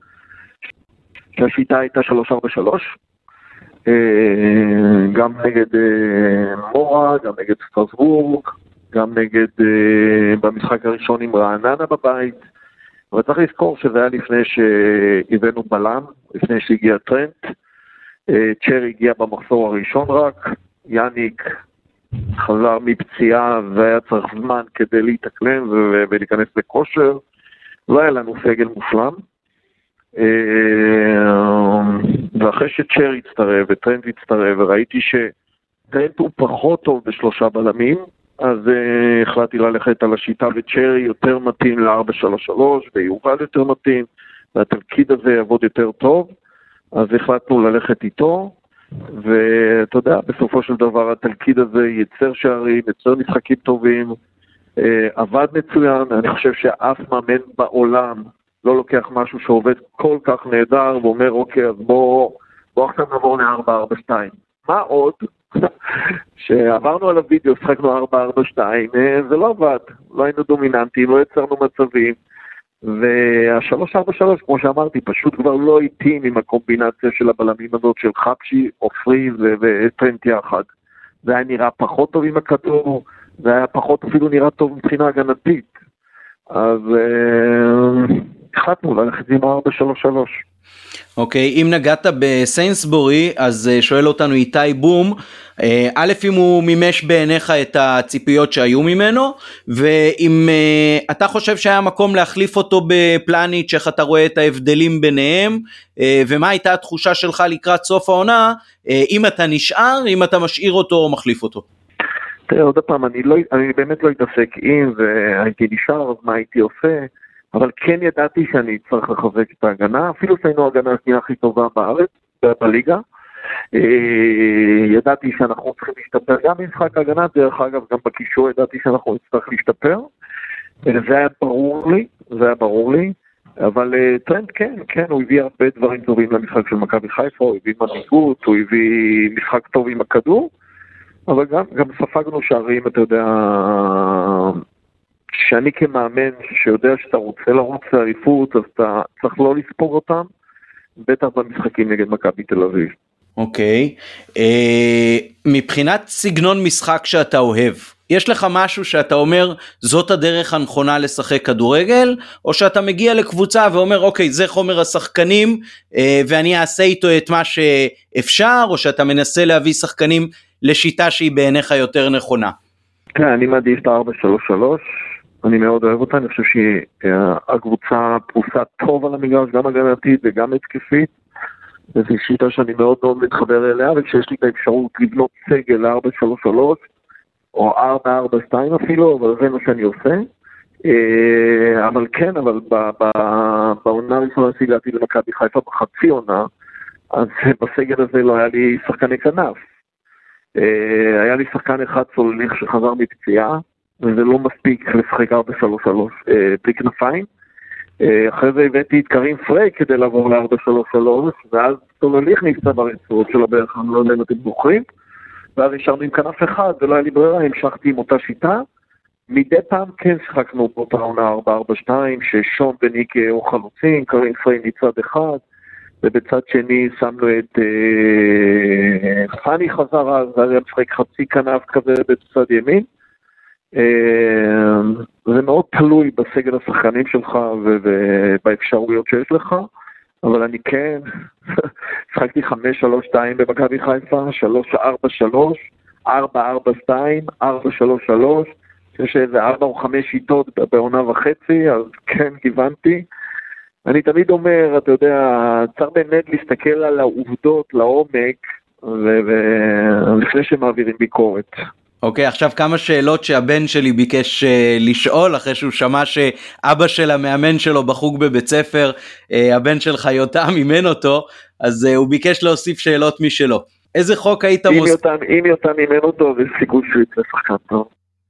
שהשיטה הייתה שלוש ארבע שלוש, גם נגד מורה, גם נגד שטרסבורג, גם נגד במשחק הראשון עם רעננה בבית, אבל צריך לזכור שזה היה לפני שהבאנו בלם, לפני שהגיע טרנט, צ'רי הגיע במחזור הראשון רק, יניק חזר מפציעה והיה צריך זמן כדי להתאקלם ולהיכנס לכושר, לא היה לנו סגל מושלם, ואחרי שצ'רי הצטרף וטרנט הצטרף וראיתי שטרנט הוא פחות טוב בשלושה בלמים, אז החלטתי ללכת על השיטה, וצ'רי יותר מתאים ל-ארבע שלוש שלוש ויובל יותר מתאים, והתפקיד הזה יעבוד יותר טוב, אז החלטנו ללכת איתו, ואתה יודע, בסופו של דבר התפקיד הזה ייצר שערים, ייצר משחקים טובים, עבד מצוין. אני חושב שאף מאמן בעולם לא לוקח משהו שעובד כל כך נהדר, ואומר, אוקיי, אז בוא, בוא עכשיו נעבור ל-ארבע ארבע שתיים. מה עוד? שעברנו על הוידאו, שחקנו ארבע ארבע שתיים, זה לא עבד, לא היינו דומיננטיים, לא יצרנו מצבים, וה-שלוש ארבע שלוש, כמו שאמרתי, פשוט כבר לא התאים עם הקומבינציה של הבלמים הזאת של חפשי, עופרי וטרנט יחד. זה היה נראה פחות טוב עם הכדור, זה היה פחות אפילו נראה טוב מבחינה הגנתית. אז החלטנו ללכת עם ארבע שלוש שלוש. אוקיי, אם נגעת בסיינסבורי, אז שואל אותנו איתי בום, א', אם הוא מימש בעיניך את הציפיות שהיו ממנו, ואם אתה חושב שהיה מקום להחליף אותו בפלניץ', איך אתה רואה את ההבדלים ביניהם, ומה הייתה התחושה שלך לקראת סוף העונה, אם אתה נשאר, אם אתה משאיר אותו או מחליף אותו? תראה, עוד פעם, אני, לא, אני באמת לא אתעסק אם, והייתי נשאר, אז מה הייתי עושה, אבל כן ידעתי שאני צריך לחזק את ההגנה, אפילו שהיינו ההגנה השנייה הכי טובה בארץ, בליגה, ידעתי שאנחנו צריכים להשתפר, גם במשחק ההגנה, דרך אגב, גם בקישור ידעתי שאנחנו נצטרך להשתפר, זה היה ברור לי, זה היה ברור לי, אבל טרנט כן, כן, הוא הביא הרבה דברים טובים למשחק של מכבי חיפה, הוא הביא מנהיגות, הוא הביא משחק טוב עם הכדור, אבל גם, גם ספגנו שערים, אתה יודע, שאני כמאמן שיודע שאתה רוצה לרוץ לעריפות, אז אתה צריך לא לספוג אותם, בטח במשחקים נגד מכבי תל אביב. אוקיי, מבחינת סגנון משחק שאתה אוהב, יש לך משהו שאתה אומר, זאת הדרך הנכונה לשחק כדורגל, או שאתה מגיע לקבוצה ואומר, אוקיי, זה חומר השחקנים, ואני אעשה איתו את מה שאפשר, או שאתה מנסה להביא שחקנים לשיטה שהיא בעיניך יותר נכונה? כן, אני מעדיף את ה-ארבע שלוש שלוש, אני מאוד אוהב אותה, אני חושב שהקבוצה פרוסה טוב על המגרש, גם הגנתית וגם התקפית, וזו שיטה שאני מאוד מאוד מתחבר אליה, וכשיש לי את האפשרות לבנות סגל ארבע שלוש שלוש, או ארבע ארבע שתיים אפילו, אבל זה מה שאני עושה. אבל כן, אבל בעונה הראשונה שהגעתי למכבי חיפה בחצי עונה, אז בסגל הזה לא היה לי שחקני כנף. היה לי שחקן אחד צולליך שחזר מפציעה, וזה לא מספיק לשחק ארבע שלוש שלוש בלי כנפיים. אחרי זה הבאתי את קרים פריי כדי לעבור ל-ארבע שלוש שלוש, ואז צולליך נפצע ברצועות של הברך, אני לא יודע אם אתם זוכרים. ואז נשארנו עם כנף אחד, ולא היה לי ברירה, המשכתי עם אותה שיטה. מדי פעם כן שחקנו באותה עונה ארבע ארבע שתיים, ששון וניק או חלוצים, קרים פריי מצד אחד, ובצד שני שמנו את אה, פני חזר אז, זה היה משחק חצי כנף כזה בצד ימין. אה, זה מאוד תלוי בסגל השחקנים שלך ובאפשרויות שיש לך, אבל אני כן, שחקתי חמש שלוש שתיים במכבי חיפה, שלוש ארבע שלוש, ארבע ארבע שתיים, ארבע שלוש שלוש, יש איזה ארבע או חמש שיטות בעונה וחצי, אז כן, גיוונתי. אני תמיד אומר, אתה יודע, צריך באמת להסתכל על העובדות לעומק, ולפני שמעבירים ביקורת. אוקיי, עכשיו כמה שאלות שהבן שלי ביקש לשאול, אחרי שהוא שמע שאבא של המאמן שלו בחוג בבית ספר, הבן שלך יותם אימן אותו, אז הוא ביקש להוסיף שאלות משלו. איזה חוק היית מוסיף? אם יותם אימן אותו, זה סיכוי שהוא יצא שחקן טוב.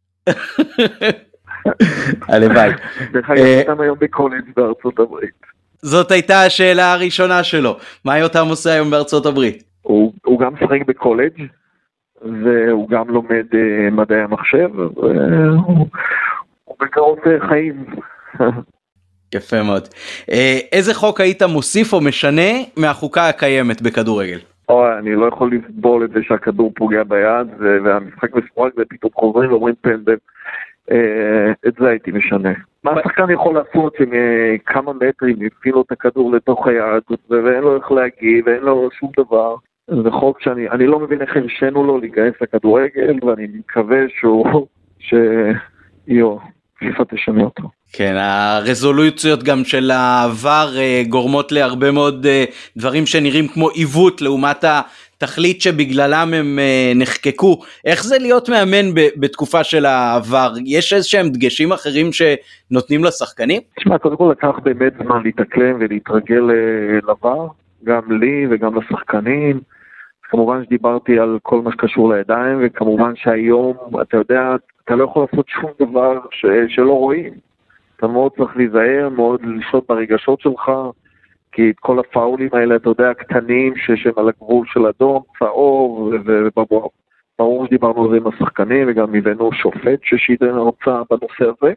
הלוואי. דרך אגב, יותם היום בקולג' בארצות הברית. זאת הייתה השאלה הראשונה שלו. מה יותם עושה היום בארצות הברית? הוא גם שחק בקולג' והוא גם לומד מדעי המחשב, והוא בקרות חיים. יפה מאוד. איזה חוק היית מוסיף או משנה מהחוקה הקיימת בכדורגל? אוי, אני לא יכול לסבול את זה שהכדור פוגע ביד, והמשחק מספורק ופתאום חוזרים ואומרים פנדל. את זה הייתי משנה. מה השחקן יכול לעשות עם כמה מטרים יפעיל לו את הכדור לתוך היד, ואין לו איך להגיב, ואין לו שום דבר. זה חוק שאני, אני לא מבין איך הרשנו לו להיגייס לכדורגל, ואני מקווה שהוא, שיו, פיפה תשנה אותו. כן, הרזולוציות גם של העבר גורמות להרבה מאוד דברים שנראים כמו עיוות לעומת התכלית שבגללם הם נחקקו. איך זה להיות מאמן בתקופה של העבר? יש איזשהם דגשים אחרים שנותנים לשחקנים? תשמע, קודם כל לקח באמת זמן להתאקלם ולהתרגל לעבר, גם לי וגם לשחקנים. כמובן שדיברתי על כל מה שקשור לידיים, וכמובן שהיום, אתה יודע, אתה לא יכול לעשות שום דבר ש... שלא רואים. אתה מאוד צריך להיזהר, מאוד לשלוט ברגשות שלך, כי את כל הפאולים האלה, אתה יודע, הקטנים שהם על הגבול של אדום, צהוב, וברור שדיברנו על זה עם השחקנים, וגם הבאנו שופט ששידר הרצאה בנושא הזה.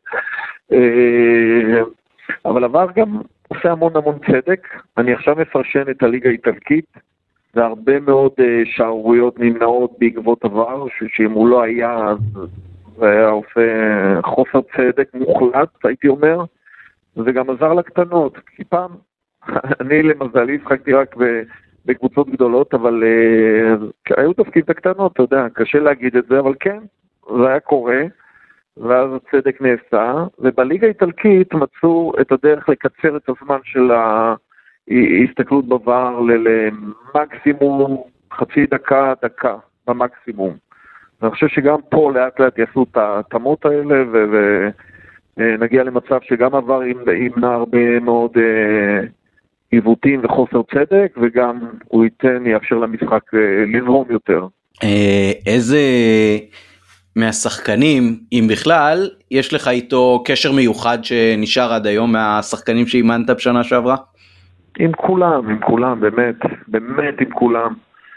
אבל עבר גם עושה המון המון צדק. אני עכשיו מפרשן את הליגה האיטלקית, והרבה מאוד שערוריות נמנעות בעקבות עבר, שאם הוא לא היה, אז זה היה עושה חוסר צדק מוחלט, הייתי אומר, וגם עזר לקטנות, כי פעם, אני למזלי שחקתי רק בקבוצות גדולות, אבל היו דופקים את הקטנות, אתה יודע, קשה להגיד את זה, אבל כן, זה היה קורה, ואז הצדק נעשה, ובליגה האיטלקית מצאו את הדרך לקצר את הזמן של ההסתכלות בעבר למקסימום חצי דקה, דקה, במקסימום. אני חושב שגם פה לאט לאט יעשו את התאמות האלה, ונגיע למצב שגם עבר ימנע הרבה מאוד עיוותים וחוסר צדק, וגם הוא ייתן, יאפשר למשחק לזרום יותר. איזה מהשחקנים, אם בכלל, יש לך איתו קשר מיוחד שנשאר עד היום מהשחקנים שאימנת בשנה שעברה? עם כולם, עם כולם, באמת, באמת עם כולם.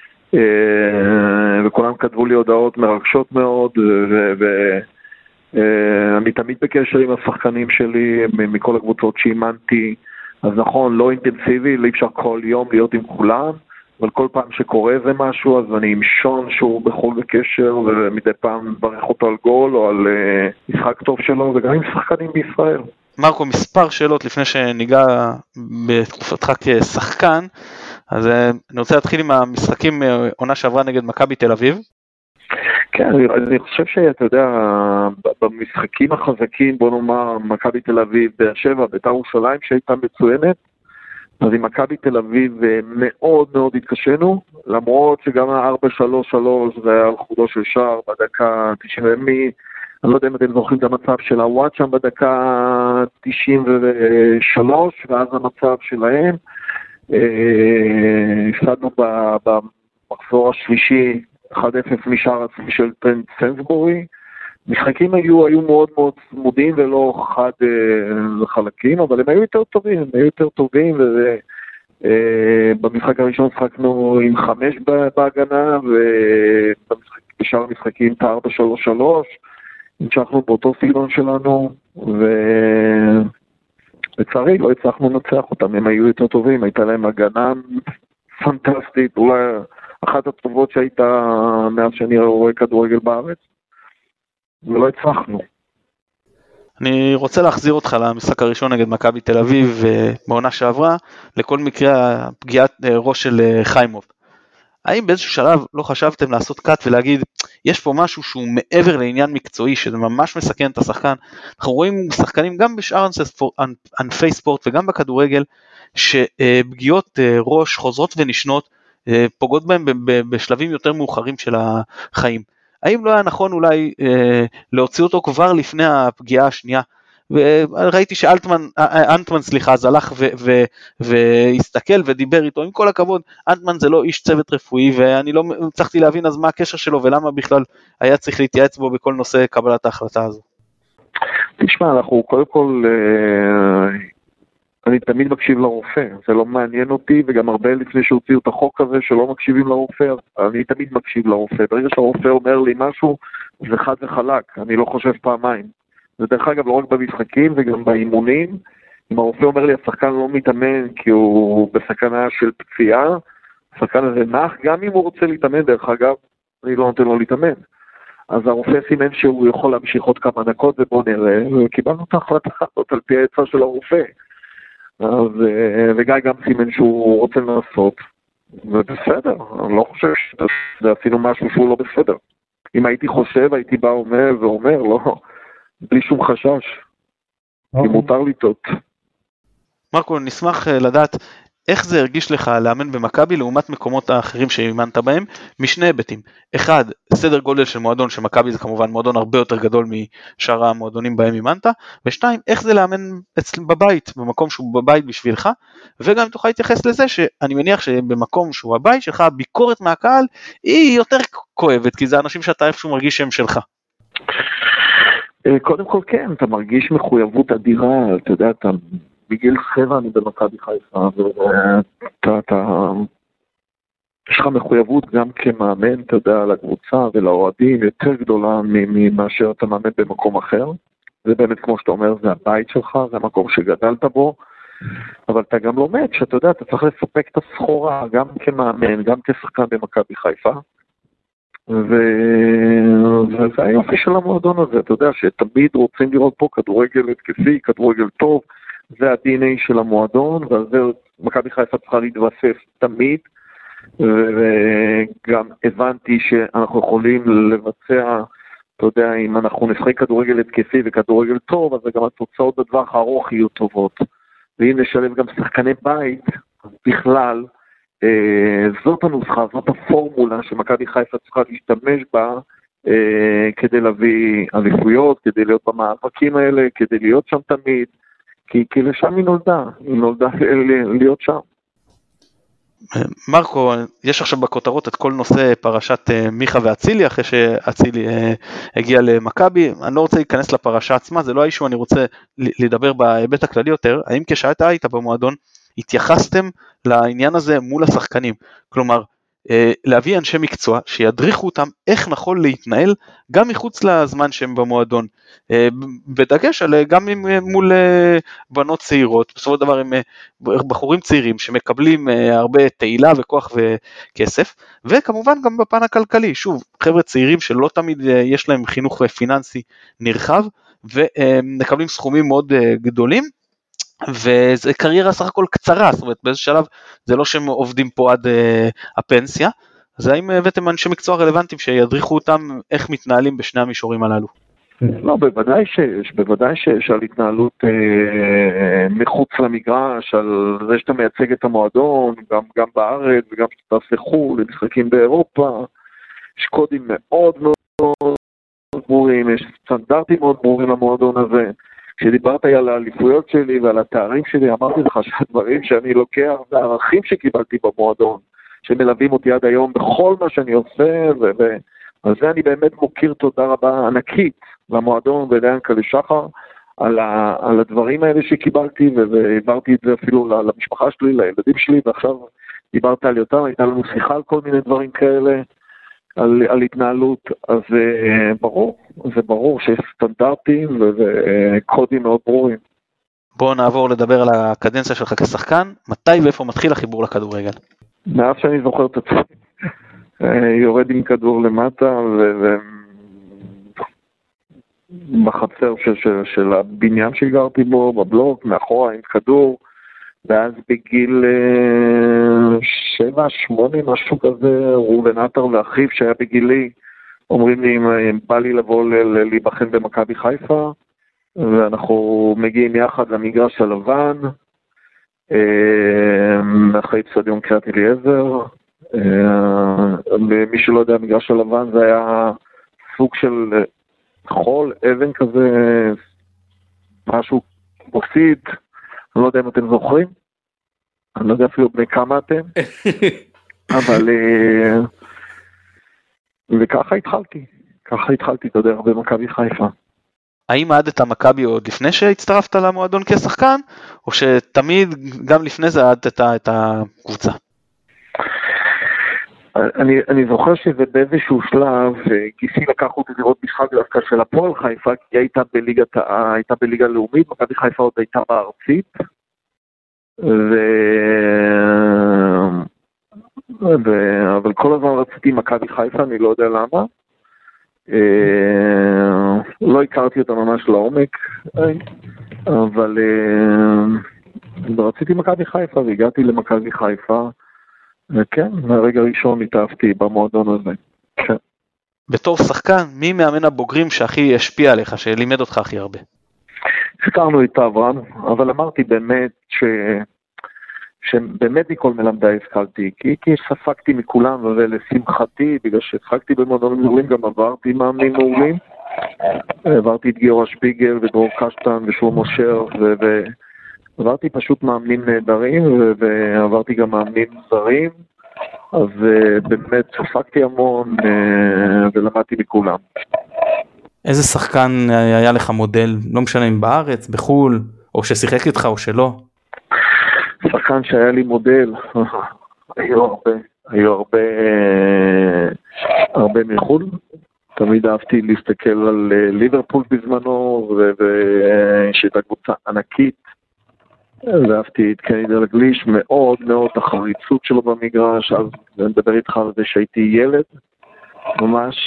וכולם כתבו לי הודעות מרגשות מאוד, ואני תמיד בקשר עם השחקנים שלי, מכל הקבוצות שאימנתי. אז נכון, לא אינטנסיבי, לא אפשר כל יום להיות עם כולם, אבל כל פעם שקורה זה משהו, אז אני עם שון שהוא בכל בקשר, ומדי פעם מברך אותו על גול, או על משחק טוב שלו, וגם עם שחקנים בישראל. מרקו, מספר שאלות לפני שניגע בתקופתך כשחקן, אז אני רוצה להתחיל עם המשחקים עונה שעברה נגד מכבי תל אביב. כן, אני, אני חושב שאתה יודע, במשחקים החזקים, בוא נאמר, מכבי תל אביב, באר שבע, בית"ר ירושלים שהייתה מצוינת, אז עם מכבי תל אביב מאוד מאוד התקשינו, למרות שגם ה-ארבע שלוש שלוש זה היה על חודו של שער בדקה תשעים, אני לא יודע אם אתם זוכרים את המצב של הוואט שם בדקה תשעים ושלוש, ואז המצב שלהם, הפסדנו במחזור השלישי אחד אפס משער עצמי של טרנט סנסבורי. משחקים היו, היו מאוד מאוד צמודים ולא חד אה, חלקים, אבל הם היו יותר טובים, הם היו יותר טובים, ובמשחק אה, הראשון שחקנו עם חמש בהגנה, ובשאר המשחקים את ארבע שלוש שלוש, המשכנו באותו סגנון שלנו, ולצערי לא הצלחנו לנצח אותם, הם היו יותר טובים, הייתה להם הגנה פנטסטית, אולי אחת הטובות שהייתה מאז שאני רואה כדורגל בארץ, ולא הצלחנו. אני רוצה להחזיר אותך למשחק הראשון נגד מכבי תל אביב בעונה שעברה, לכל מקרה הפגיעת ראש של חיימוב. האם באיזשהו שלב לא חשבתם לעשות קאט ולהגיד, יש פה משהו שהוא מעבר לעניין מקצועי, שזה ממש מסכן את השחקן? אנחנו רואים שחקנים גם בשאר ענפי ספורט וגם בכדורגל, שפגיעות ראש חוזרות ונשנות, פוגעות בהם בשלבים יותר מאוחרים של החיים. האם לא היה נכון אולי אה, להוציא אותו כבר לפני הפגיעה השנייה? וראיתי שאנטמן, אנטמן סליחה, אז הלך ו, ו, והסתכל ודיבר איתו, עם כל הכבוד, אנטמן זה לא איש צוות רפואי, ואני לא צריכתי להבין אז מה הקשר שלו, ולמה בכלל היה צריך להתייעץ בו בכל נושא קבלת ההחלטה הזו. תשמע, אנחנו קודם כל, אה, אני תמיד מקשיב לרופא, זה לא מעניין אותי, וגם הרבה לפני שהוציאו את החוק הזה שלא מקשיבים לרופא, אני תמיד מקשיב לרופא, ברגע שהרופא אומר לי משהו, זה חד וחלק, אני לא חושב פעמיים. זה דרך אגב לא רק במשחקים וגם באימונים, אם הרופא אומר לי השחקן לא מתאמן כי הוא בסכנה של פציעה, השחקן הזה נח, גם אם הוא רוצה להתאמן דרך אגב, אני לא נותן לו להתאמן. אז הרופא סימן שהוא יכול להמשיך עוד כמה דקות ובוא נראה, וקיבלנו את ההחלטה הזאת על פי העצה של הרופא. אז, וגיא גם סימן שהוא רוצה לעשות, ובסדר, אני לא חושב שזה עשינו משהו שהוא לא בסדר. אם הייתי חושב, הייתי בא אומר ואומר, לא, בלי שום חשש, כי מותר לטעות. מרקו, נשמח לדעת איך זה הרגיש לך לאמן במכבי לעומת מקומות האחרים שאימנת בהם, משני היבטים. אחד, סדר גודל של מועדון, שמכבי זה כמובן מועדון הרבה יותר גדול משאר המועדונים בהם אימנת, ושתיים, איך זה לאמן אצל בבית, במקום שהוא בבית בשבילך, וגם תוכל להתייחס לזה שאני מניח שבמקום שהוא הבית שלך, הביקורת מהקהל היא יותר כואבת, כי זה אנשים שאתה איפשהו מרגיש שהם שלך. קודם כל כן, אתה מרגיש מחויבות אדירה, אתה יודע, אתה... בגיל שבע אני במכבי חיפה, ואתה, אתה, יש לך מחויבות גם כמאמן, אתה יודע, לקבוצה ולאוהדים, יותר גדולה מאשר אתה מאמן במקום אחר. זה באמת, כמו שאתה אומר, זה הבית שלך, זה המקום שגדלת בו, אבל אתה גם לומד שאתה יודע, אתה צריך לספק את הסחורה, גם כמאמן, גם כשחקן במכבי חיפה, וזה היופי של המועדון הזה, אתה יודע, שתמיד רוצים לראות פה כדורגל התקפי, כדורגל טוב, זה ה-די אן איי של המועדון, ועל זה מכבי חיפה צריכה להתבסס תמיד, וגם הבנתי שאנחנו יכולים לבצע, אתה יודע, אם אנחנו נשחק כדורגל התקפי וכדורגל טוב, אז גם התוצאות בטווח הארוך יהיו טובות. ואם נשלב גם שחקני בית, בכלל, זאת הנוסחה, זאת הפורמולה שמכבי חיפה צריכה להשתמש בה, כדי להביא אליפויות, כדי להיות במאבקים האלה, כדי להיות שם תמיד, כי, כי לשם היא נולדה, היא נולדה להיות שם. מרקו, יש עכשיו בכותרות את כל נושא פרשת מיכה ואצילי, אחרי שאצילי הגיע למכבי, אני לא רוצה להיכנס לפרשה עצמה, זה לא האישו, אני רוצה לדבר בהיבט הכללי יותר, האם כשאתה היית במועדון, התייחסתם לעניין הזה מול השחקנים, כלומר, להביא אנשי מקצוע שידריכו אותם איך נכון להתנהל גם מחוץ לזמן שהם במועדון, בדגש על גם מול בנות צעירות, בסופו של דבר הם בחורים צעירים שמקבלים הרבה תהילה וכוח וכסף, וכמובן גם בפן הכלכלי, שוב, חבר'ה צעירים שלא תמיד יש להם חינוך פיננסי נרחב, ומקבלים סכומים מאוד גדולים, וזה קריירה סך הכל קצרה, זאת אומרת באיזה שלב זה לא שהם עובדים פה עד uh, הפנסיה, אז האם הבאתם אנשי מקצוע רלוונטיים שידריכו אותם איך מתנהלים בשני המישורים הללו? לא, בוודאי שיש, בוודאי שיש על התנהלות אה, מחוץ למגרש, על זה שאתה מייצג את המועדון, גם, גם בארץ וגם שאתה עושה חו"ל, למשחקים באירופה, יש קודים מאוד מאוד ברורים, יש סטנדרטים מאוד ברורים למועדון הזה. כשדיברת על האליפויות שלי ועל התארים שלי, אמרתי לך שהדברים שאני לוקח והערכים שקיבלתי במועדון, שמלווים אותי עד היום בכל מה שאני עושה, ועל זה אני באמת מוקיר תודה רבה ענקית למועדון וליענקל'ה שחר, על, ה, על הדברים האלה שקיבלתי, והעברתי את זה אפילו למשפחה שלי, לילדים שלי, ועכשיו דיברת על יותר, הייתה לנו שיחה על כל מיני דברים כאלה, על, על התנהלות, אז זה ברור, זה ברור שיש סטנדרטים וקודים מאוד ברורים. בואו נעבור לדבר על הקדנציה שלך כשחקן, מתי ואיפה מתחיל החיבור לכדורגל? מאז שאני זוכר את עצמי, יורד עם כדור למטה, ובחצר של, של, של הבניין שגרתי בו, בבלוק, מאחורה עם כדור, ואז בגיל שבע, שמונה, משהו כזה, ראובן עטר ואחיו שהיה בגילי, אומרים לי אם בא לי לבוא להיבחן במכבי חיפה, ואנחנו מגיעים יחד למגרש הלבן, אחרי אצטדיון קריית אליעזר, ומי שלא יודע, המגרש הלבן זה היה סוג של חול, אבן כזה, משהו בוסיד, אני לא יודע אם אתם זוכרים, אני לא יודע אפילו בני כמה אתם, אבל וככה התחלתי, ככה התחלתי, אתה יודע, במכבי חיפה. האם עדת מכבי עוד לפני שהצטרפת למועדון כשחקן, או שתמיד גם לפני זה עדת את הקבוצה? אני, אני זוכר שזה באיזשהו שלב, גיסי לקח אותי לראות משחק דווקא של הפועל חיפה, כי היא הייתה בליגת, הייתה בליגה לאומית, מכבי חיפה עוד הייתה בארצית, ו... ו... אבל כל הזמן רציתי מכבי חיפה, אני לא יודע למה. לא הכרתי אותה ממש לעומק, אבל רציתי מכבי חיפה והגעתי למכבי חיפה, וכן, מהרגע הראשון התאהבתי במועדון הזה. כן. בתור שחקן, מי מאמן הבוגרים שהכי השפיע עליך, שלימד אותך הכי הרבה? הכרנו את אברהם, אבל אמרתי באמת ש... שבאמת מכל מלמדי השכלתי, כי, כי ספקתי מכולם, ולשמחתי, בגלל שהשחקתי במועדונים מעולים, גם עברתי מאמנים מעולים, עברתי את גיורא שפיגל ודרור קשטן ושלמה שר, ועברתי פשוט מאמנים נהדרים, ועברתי גם מאמנים זרים, אז באמת ספקתי המון ולמדתי מכולם. איזה שחקן היה לך מודל, לא משנה אם בארץ, בחול, או ששיחק איתך או שלא? שחקן שהיה לי מודל, היו הרבה, היו הרבה, הרבה מחול, תמיד אהבתי להסתכל על ליברפול בזמנו, ושהייתה קבוצה ענקית, ואהבתי את קני דלגליש, מאוד מאוד החריצות שלו במגרש, אז אני מדבר איתך על זה שהייתי ילד, ממש,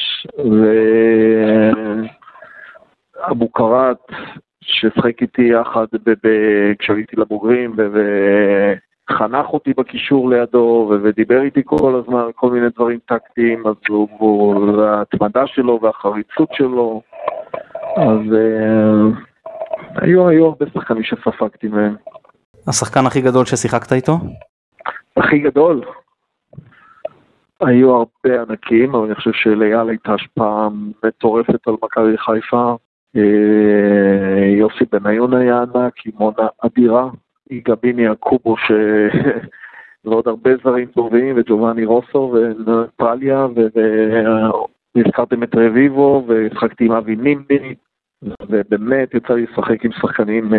ואבו קראט, ששחק איתי יחד כשהייתי לבוגרים, וחנך אותי בקישור לידו, ודיבר איתי כל הזמן כל מיני דברים טקטיים, אז הוא, ההתמדה שלו והחריצות שלו, אז היו, היו הרבה שחקנים שספקתי מהם. השחקן הכי גדול ששיחקת איתו? הכי גדול? היו הרבה ענקים, אבל אני חושב שלאייל הייתה השפעה מטורפת על מכבי חיפה, יוסי בניון היה ענק, עם עונה אדירה, יגביני הקובו ש... ועוד הרבה זרים טובים, וג'ובני רוסו ונטרליה, ונזכרתם את רביבו, והשחקתי עם אבי נימבי, ובאמת יצא לי לשחק עם שחקנים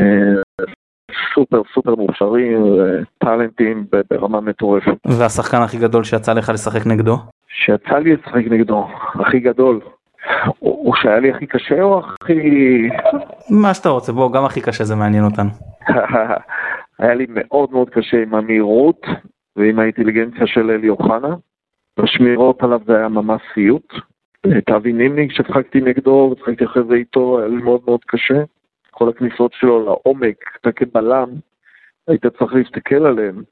סופר סופר מוכשרים, טלנטים ברמה מטורפת. והשחקן הכי גדול שיצא לך לשחק נגדו? שיצא לי לשחק נגדו, הכי גדול. או שהיה לי הכי קשה או הכי... מה שאתה רוצה, בוא, גם הכי קשה זה מעניין אותנו. היה לי מאוד מאוד קשה עם המהירות ועם האינטליגנציה של אלי אוחנה. בשמירות עליו זה היה ממש סיוט. את אבי נימניג ששחקתי נגדו ושחקתי אחרי זה איתו, היה לי מאוד מאוד קשה. כל הכניסות שלו לעומק, אתה כבלם, היית צריך להסתכל עליהם.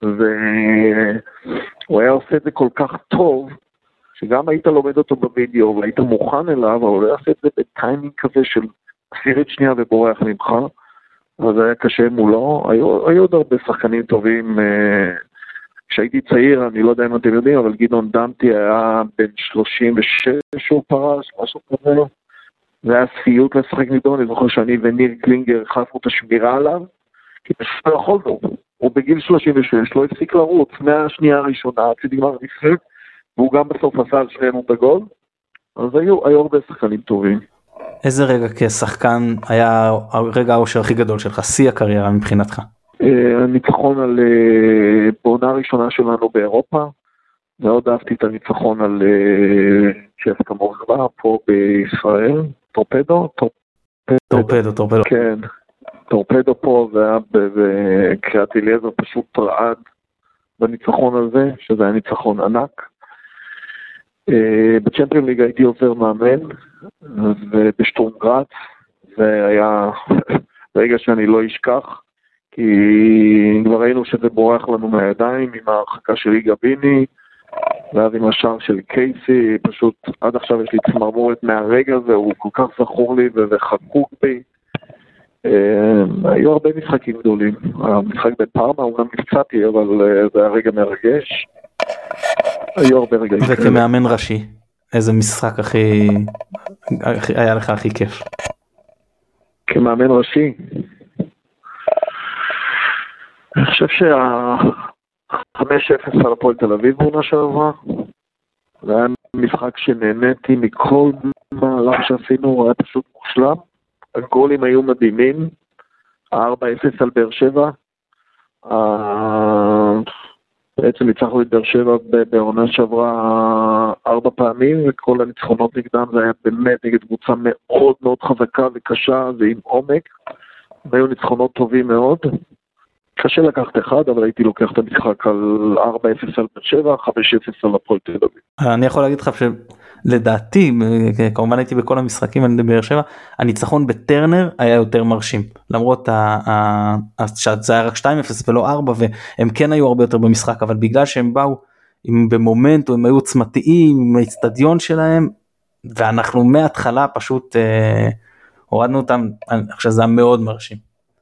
והוא היה עושה את זה כל כך טוב, שגם היית לומד אותו בווידאו, והיית מוכן אליו, אבל הוא היה עושה את זה בטיימינג כזה של עשירית שנייה ובורח ממך, אז זה היה קשה מולו. היו, היו עוד הרבה שחקנים טובים, כשהייתי צעיר, אני לא יודע אם אתם יודעים, אבל גדעון דמתי היה בן שלושים ושש שהוא פרש, משהו כזה. זה היה סיוט לשחק נגדו, אני זוכר שאני וניר קלינגר חפנו את השמירה עליו, כי פשוט לא יכולנו. הוא בגיל שלושים ושש, לא הפסיק לרוץ מהשנייה הראשונה, עד שנגמר המשחק, והוא גם בסוף עשה על שנינו את הגול, אז היו, היו הרבה שחקנים טובים. איזה רגע כשחקן היה הרגע האושר הכי גדול שלך, שיא הקריירה מבחינתך? הניצחון על בעונה הראשונה שלנו באירופה, מאוד אהבתי את הניצחון על צ'סקה מוסקבה פה בישראל, טורפדו? טורפדו, טורפדו. כן, טורפדו פה, והיה בקריית אליעזר פשוט רעד בניצחון הזה, שזה היה ניצחון ענק. בצ'מפיון ליג הייתי עוזר מאמן, ובשטורם גראץ, זה היה רגע שאני לא אשכח, כי כבר ראינו שזה בורח לנו מהידיים, עם ההרחקה של ליגה ביני, ואז עם השער של קייסי, פשוט עד עכשיו יש לי צמרמורת מהרגע הזה, הוא כל כך זכור לי וחקוק בי. היו הרבה משחקים גדולים, המשחק בפארמה, אומנם נפצעתי, אבל זה היה רגע מרגש. היו הרבה רגעים. וכמאמן ראשי, איזה משחק הכי היה לך הכי כיף? כמאמן ראשי, אני חושב שה-חמש אפס על הפועל תל אביב בעונה שעברה, זה היה משחק שנהניתי מכל מהלך שעשינו, היה פשוט מושלם. הגולים היו מדהימים, ה-ארבע אפס על באר שבע, בעצם ניצחנו את באר שבע בעונה שעברה ארבע פעמים, וכל הניצחונות נגדם זה היה באמת נגד קבוצה מאוד מאוד חזקה וקשה ועם עומק, והיו ניצחונות טובים מאוד. קשה לקחת אחד, אבל הייתי לוקח את המשחק על ארבע אפס על באר שבע, חמש אפס על הפועל תל אביב. אני יכול להגיד לך שלדעתי, כמובן הייתי בכל המשחקים על באר שבע, הניצחון בטרנר היה יותר מרשים, למרות שזה היה רק שתיים אפס ולא ארבע, והם כן היו הרבה יותר במשחק, אבל בגלל שהם באו במומנט, או הם היו צמתיים, עם האצטדיון שלהם, ואנחנו מההתחלה פשוט הורדנו אותם, אני חושב שזה היה מאוד מרשים.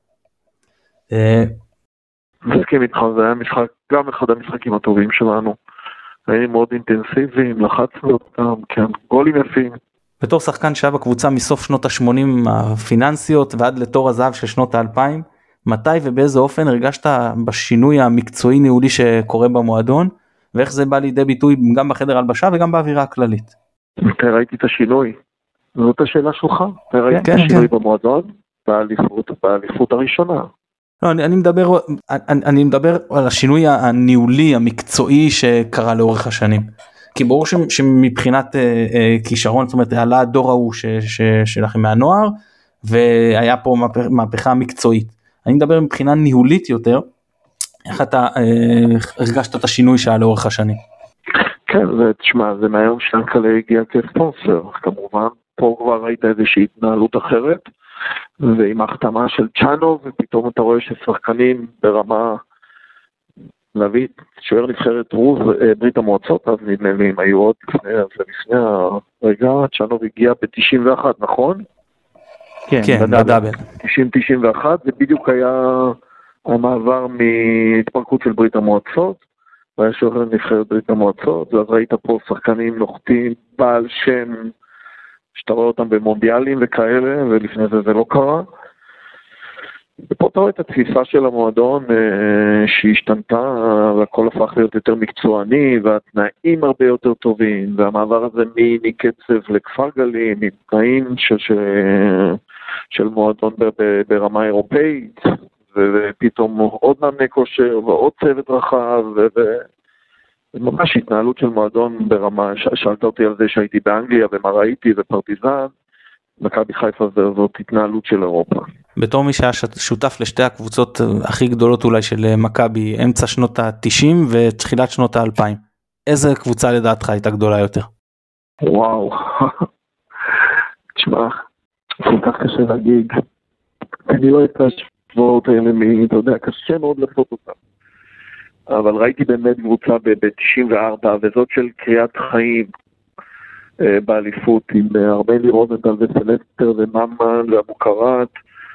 מסכים איתך, זה היה משחק, גם אחד המשחקים הטובים שלנו. היינו מאוד אינטנסיביים, לחצנו אותם, כן, גולים יפים. בתור שחקן שהיה בקבוצה מסוף שנות ה-שמונים הפיננסיות ועד לתור הזהב של שנות ה-אלפיים, מתי ובאיזה אופן הרגשת בשינוי המקצועי ניהולי שקורה במועדון, ואיך זה בא לידי ביטוי גם בחדר הלבשה וגם באווירה הכללית? מתי ראיתי את השינוי? זאת השאלה שלך. מתי ראיתי את השינוי במועדון? באליפות הראשונה. לא, אני, אני מדבר, אני, אני מדבר על השינוי הניהולי המקצועי שקרה לאורך השנים. כי ברור ש, שמבחינת אה, אה, כישרון, זאת אומרת, עלה הדור ההוא ש, ש, שלכם מהנוער, והיה פה מהפכה, מהפכה מקצועית. אני מדבר מבחינה ניהולית יותר, איך אתה אה, הרגשת את השינוי שהיה לאורך השנים? כן, זה, תשמע, זה מהיום שאנקלה הגיע כספונסר, כמובן, פה כבר ראית איזושהי התנהלות אחרת, ועם ההחתמה של צ'אנו, ופתאום אתה רואה ששחקנים ברמה להביא שוער נבחרת רוז ברית המועצות, אז נדמה לי הם היו עוד לפני, אז לפני הרגע, צ'אנו הגיע ב-תשעים ואחת, נכון? כן, כן, בדאבל. תשעים תשעים ואחת, זה בדיוק היה המעבר מהתפרקות של ברית המועצות, והיה שוער נבחרת ברית המועצות, ואז ראית פה שחקנים נוחתים, בעל שם, שאתה רואה אותם במונדיאלים וכאלה, ולפני זה זה לא קרה. ופה אתה רואה את התפיסה של המועדון אה, שהשתנתה, והכל הפך להיות יותר מקצועני, והתנאים הרבה יותר טובים, והמעבר הזה מקצב לכפר גלים, עם תנאים של, של, של מועדון ב, ב, ברמה אירופאית, ופתאום עוד מאמני כושר, ועוד צוות רחב, ו... זה ממש התנהלות של מועדון ברמה, שאלת אותי על זה שהייתי באנגליה ומה ראיתי ופרטיזן, מכבי חיפה זאת התנהלות של אירופה. בתור מי שהיה שותף לשתי הקבוצות הכי גדולות אולי של מכבי, אמצע שנות ה-תשעים ותחילת שנות ה-אלפיים, איזה קבוצה לדעתך הייתה גדולה יותר? וואו, תשמע, כל כך קשה להגיד, אני לא הייתה שבועות האלה, אתה יודע, קשה מאוד לעשות אותה. אבל ראיתי באמת קבוצה ב-תשעים וארבע, וזאת של קריאת חיים באליפות, עם ארמלי רוזנטל וסלסטר וממן ואבוקרת,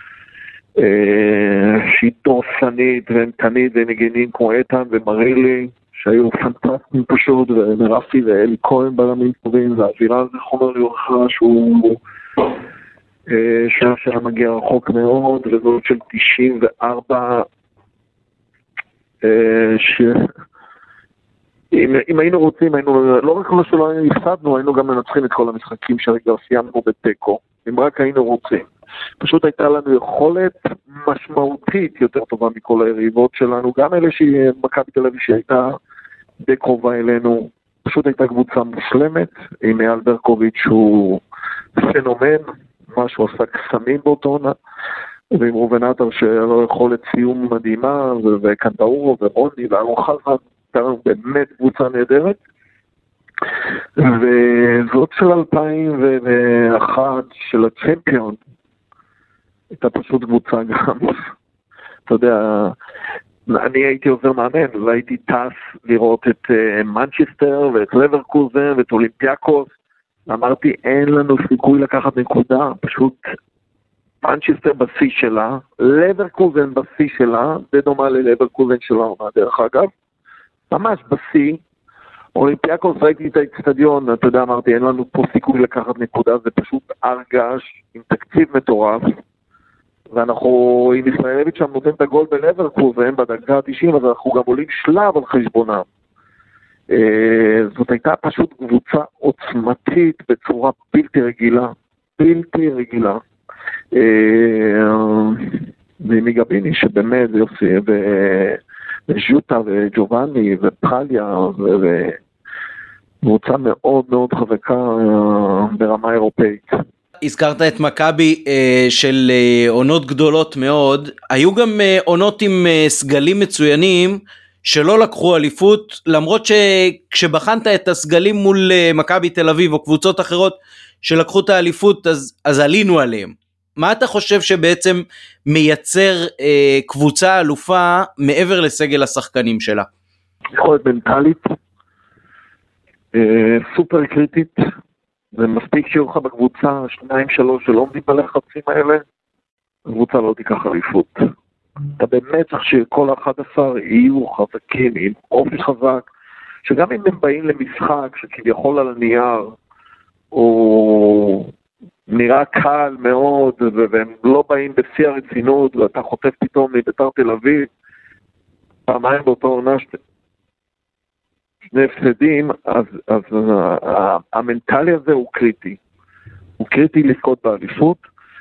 שהיא דורסנית ונתנית ונגינים כמו איתן ומרילי, שהיו פנטסטיים פשוט, ומרפי ואלי כהן בלמים טובים, והאווירה זה חומר לברכה שהוא שהיה מגיע רחוק מאוד, וזאת של תשעים וארבע, ש... אם, אם היינו רוצים, היינו, לא רק לא שלא היינו הפסדנו, היינו גם מנצחים את כל המשחקים שרגע סיימנו בטקו, אם רק היינו רוצים. פשוט הייתה לנו יכולת משמעותית יותר טובה מכל היריבות שלנו, גם אלה שמכבי תל אביב שהייתה בקרובה אלינו, פשוט הייתה קבוצה מושלמת, עם אייל ברקוביץ' שהוא פנומן, משהו עשה קסמים באותו עונה, ועם רובן עטר שהיה לו יכולת סיום מדהימה, וקנטאורו ורוני וארון חלפן, הייתה לנו באמת קבוצה נהדרת, וזאת של אלפיים ואחת של הצ'מפיון, הייתה פשוט קבוצה גם, אתה יודע, אני הייתי עוזר מאמן, והייתי טס לראות את מנצ'סטר ואת לברקוזן ואת אולימפיאקוס, אמרתי אין לנו סיכוי לקחת נקודה, פשוט מנצ'סטר בשיא שלה, לברקוזן בשיא שלה, זה דומה ללברקוזן שלה, דרך אגב, ממש בשיא, אולימפיאקוס ראיתי את האצטדיון, אתה יודע, אמרתי אין לנו פה סיכוי לקחת נקודה, זה פשוט הרגש עם תקציב מטורף, ואנחנו, אם ישראלביץ' שם נותן את הגול בלברקוזן בדקה ה-תשעים, אז אנחנו גם עולים שלב על חשבונם. זאת הייתה פשוט קבוצה עוצמתית בצורה בלתי רגילה, בלתי רגילה. ומיגביני שבאמת יוסי, וז'וטה וג'ובאני ופרליה, וקבוצה מאוד מאוד חזקה ברמה אירופאית. הזכרת את מכבי של עונות גדולות מאוד, היו גם עונות עם סגלים מצוינים שלא לקחו אליפות, למרות שכשבחנת את הסגלים מול מכבי תל אביב או קבוצות אחרות שלקחו את האליפות, אז, אז עלינו עליהם. מה אתה חושב שבעצם מייצר קבוצה אלופה מעבר לסגל השחקנים שלה? יכולת מנטלית, סופר קריטית, זה מספיק שיהיו לך בקבוצה שניים שלוש שלא עומדים בלחצים האלה, הקבוצה לא תיקח אליפות. אתה באמת צריך שכל אחד עשר יהיו חזקים עם אופי חזק, שגם אם הם באים למשחק שכביכול על הנייר, או נראה קל מאוד, והם לא באים בשיא הרצינות, ואתה חוטף פתאום מבית"ר תל אביב, פעמיים באותו עונה שתי, שני הפסדים, אז, אז המנטלי הזה הוא קריטי. הוא קריטי לזכות באליפות,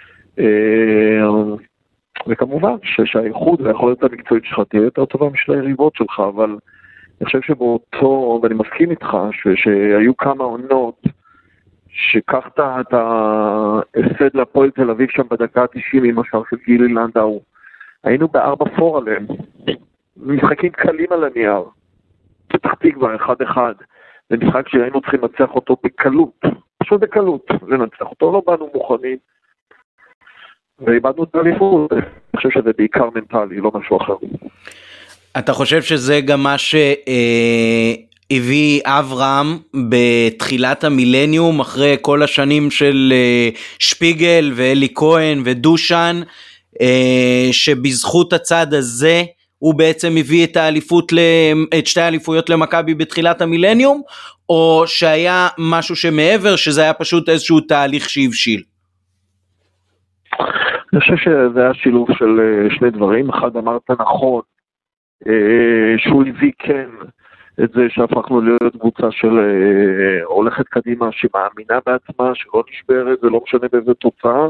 וכמובן שהאיחוד והיכולת המקצועית שלך תהיה יותר טובה משל היריבות שלך, אבל אני חושב שבאותו, ואני מסכים איתך, שהיו כמה עונות, שקחת את ההפסד להפועל תל אביב שם בדקה ה-תשעים עם השאר של גילי לנדאו, היינו בארבע פור עליהם, משחקים קלים על הנייר, פתח תקווה אחד אחד, זה משחק שהיינו צריכים לנצח אותו בקלות, פשוט בקלות, לנצח אותו, לא באנו מוכנים, ואיבדנו את האליפות, אני חושב שזה בעיקר מנטלי, לא משהו אחר. אתה חושב שזה גם מה שהביא אברהם בתחילת המילניום, אחרי כל השנים של שפיגל ואלי כהן ודושן, שבזכות הצד הזה, הוא בעצם הביא את האליפות, את שתי האליפויות למכבי בתחילת המילניום, או שהיה משהו שמעבר, שזה היה פשוט איזשהו תהליך שהבשיל? אני חושב שזה היה שילוב של שני דברים. אחד, אמרת נכון, שהוא הביא כן את זה שהפכנו להיות קבוצה של הולכת קדימה, שמאמינה בעצמה, שלא נשברת ולא משנה באיזה תוצאה,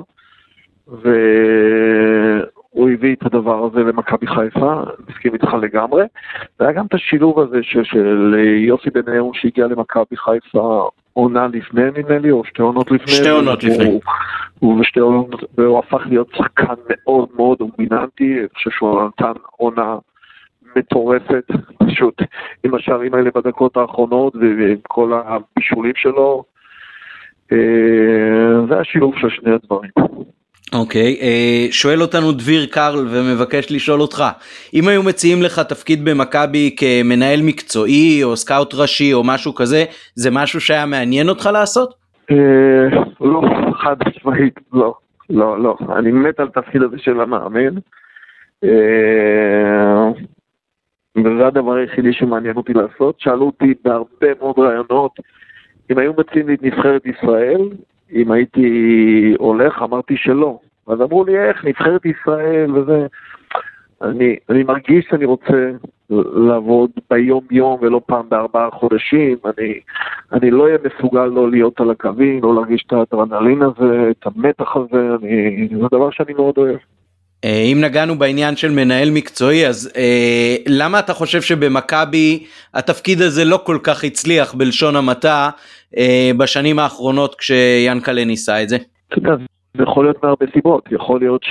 והוא הביא את הדבר הזה למכבי חיפה, מסכים איתך לגמרי. והיה גם את השילוב הזה של יוסי בניהו שהגיע למכבי חיפה עונה לפני נדמה לי, או שתי עונות לפני. שתי עונות לפני. ושתי עונות, והוא הפך להיות שחקן מאוד מאוד דומיננטי, אני חושב שהוא נתן עונה מטורפת, פשוט עם השערים האלה בדקות האחרונות, ועם כל הבישולים שלו, זה השילוב של שני הדברים. אוקיי, שואל אותנו דביר קרל ומבקש לשאול אותך, אם היו מציעים לך תפקיד במכבי כמנהל מקצועי או סקאוט ראשי או משהו כזה, זה משהו שהיה מעניין אותך לעשות? לא, חד משמעית, לא, לא, לא, אני מת על תפקיד הזה של המאמן, וזה הדבר היחידי שמעניין אותי לעשות. שאלו אותי בהרבה מאוד רעיונות, אם היו מציעים לי את נבחרת ישראל, אם הייתי הולך, אמרתי שלא. אז אמרו לי, איך, נבחרת ישראל וזה. אני, אני מרגיש שאני רוצה לעבוד ביום יום ולא פעם בארבעה חודשים. אני, אני לא אהיה מסוגל לא להיות על הקווים, לא להרגיש את האדרנלין הזה, את המתח הזה. אני, זה דבר שאני מאוד אוהב. אם נגענו בעניין של מנהל מקצועי, אז אה, למה אתה חושב שבמכבי התפקיד הזה לא כל כך הצליח בלשון המעטה אה, בשנים האחרונות כשיאנקל'ה ניסה את זה? אתה יודע, זה יכול להיות מהרבה סיבות, יכול להיות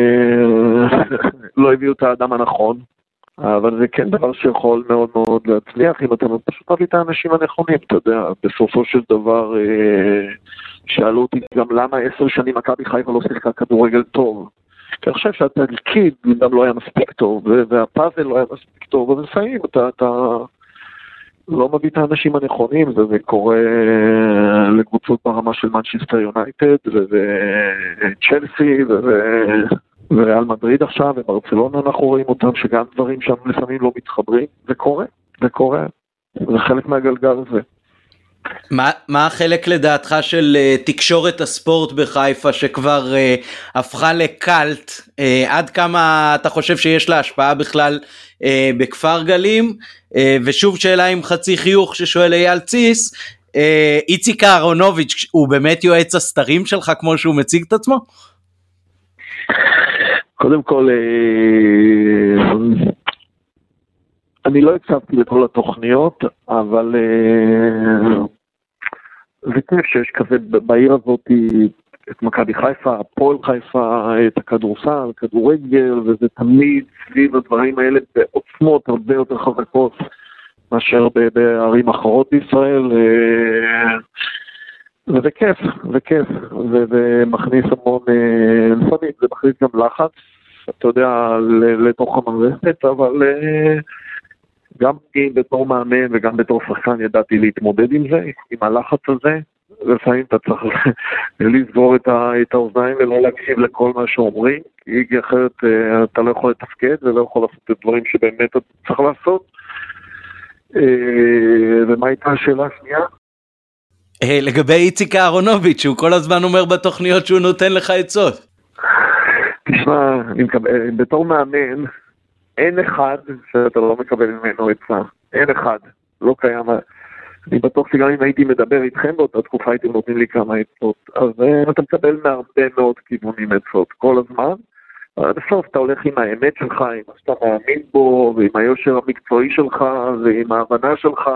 שלא הביאו את האדם הנכון, אבל זה כן דבר שיכול מאוד מאוד להצליח, אם אתה פשוט מביא את האנשים הנכונים, אתה יודע, בסופו של דבר אה, שאלו אותי גם למה עשר שנים מכבי חיפה לא שיחקה כדורגל טוב, כי אני חושב שהתלכיד גם לא היה מספיק טוב, והפאזל לא היה מספיק טוב, אבל לפעמים אתה, אתה לא מביא את האנשים הנכונים, וזה קורה לקבוצות ברמה של מנצ'סטר יונייטד, וצ'לסי, וריאל מדריד עכשיו, וברצלונה אנחנו רואים אותם, שגם דברים שם לפעמים לא מתחברים, זה קורה, זה קורה, זה חלק מהגלגל הזה. מה, מה החלק לדעתך של uh, תקשורת הספורט בחיפה שכבר uh, הפכה לקלט, uh, עד כמה אתה חושב שיש לה השפעה בכלל uh, בכפר גלים, uh, ושוב שאלה עם חצי חיוך ששואל אייל ציס, uh, איציק אהרונוביץ' הוא באמת יועץ הסתרים שלך כמו שהוא מציג את עצמו? קודם כל, uh... אני לא הצבתי לכל התוכניות, אבל זה כיף שיש כזה בעיר הזאת את מכבי חיפה, הפועל חיפה, את הכדורסל, כדורגל, וזה תמיד סביב הדברים האלה בעוצמות הרבה יותר חזקות מאשר בערים אחרות בישראל, וזה כיף, זה כיף, וזה מכניס המון, לפעמים זה מכניס גם לחץ, אתה יודע, לתוך המערכת, אבל גם בתור מאמן וגם בתור שחקן ידעתי להתמודד עם זה, עם הלחץ הזה, ולפעמים אתה צריך לסגור את האוזניים ולא להקשיב לכל מה שאומרים, כי אחרת אתה לא יכול לתפקד ולא יכול לעשות את הדברים שבאמת אתה צריך לעשות. ומה הייתה השאלה השנייה? לגבי איציק אהרונוביץ', הוא כל הזמן אומר בתוכניות שהוא נותן לך עצות. תשמע, בתור מאמן, אין אחד שאתה לא מקבל ממנו עצה, אין אחד, לא קיים. אני בטוח שגם אם הייתי מדבר איתכם באותה תקופה הייתם נותנים לי כמה עצות, אז אתה מקבל מהרבה מאוד כיוונים עצות כל הזמן. בסוף אתה הולך עם האמת שלך, עם מה שאתה מאמין בו, ועם היושר המקצועי שלך, ועם ההבנה שלך,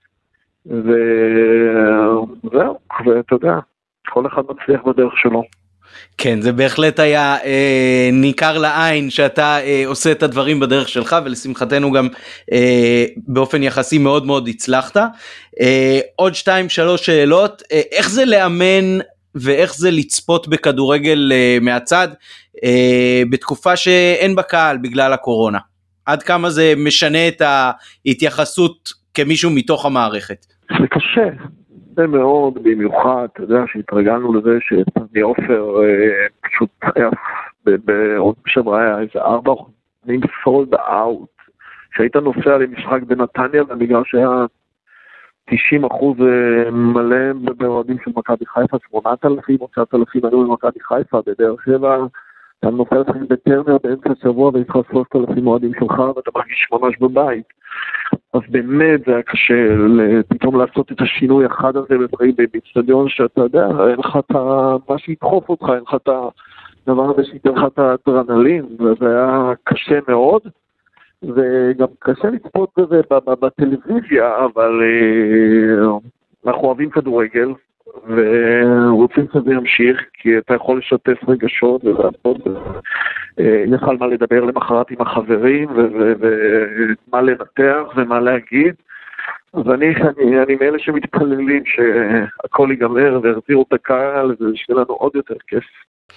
וזהו, ואתה יודע, כל אחד מצליח בדרך שלו. כן, זה בהחלט היה אה, ניכר לעין שאתה אה, עושה את הדברים בדרך שלך, ולשמחתנו גם אה, באופן יחסי מאוד מאוד הצלחת. אה, עוד שתיים שלוש שאלות, אה, איך זה לאמן ואיך זה לצפות בכדורגל אה, מהצד, אה, בתקופה שאין בקהל בגלל הקורונה? עד כמה זה משנה את ההתייחסות כמישהו מתוך המערכת? זה קשה. זה מאוד במיוחד, אתה יודע שהתרגלנו לזה שפני אופר פשוט היה בעוד שברה היה איזה ארבע חודשים סולד אאוט, שהיית נוסע למשחק בנתניה ובגלל שהיה תשעים אחוז מלא באוהדים של מכבי חיפה, שמונת אלפים או תשעת אלפים היו במכבי חיפה, בדרך שבע אתה נוסע לכם בטרנר באמצע השבוע ויש לך שלושת אלפים אוהדים שלך ואתה מרגיש ממש בבית. אז באמת זה היה קשה פתאום לעשות את השינוי אחד הזה באצטדיון שאתה יודע, אין לך את מה שידחוף אותך, אין לך את הדבר הזה שייתן לך את האדרנלין, וזה היה קשה מאוד, וגם קשה לצפות בזה בטלוויזיה, אבל אנחנו אוהבים כדורגל, ורוצים שזה ימשיך, כי אתה יכול לשתף רגשות ולעשות, יש על מה לדבר למחרת עם החברים, ומה לנתח ומה להגיד. אז אני, אני, אני מאלה שמתפללים שהכל ייגמר והחזירו את הקהל, ושיהיה לנו עוד יותר כיף.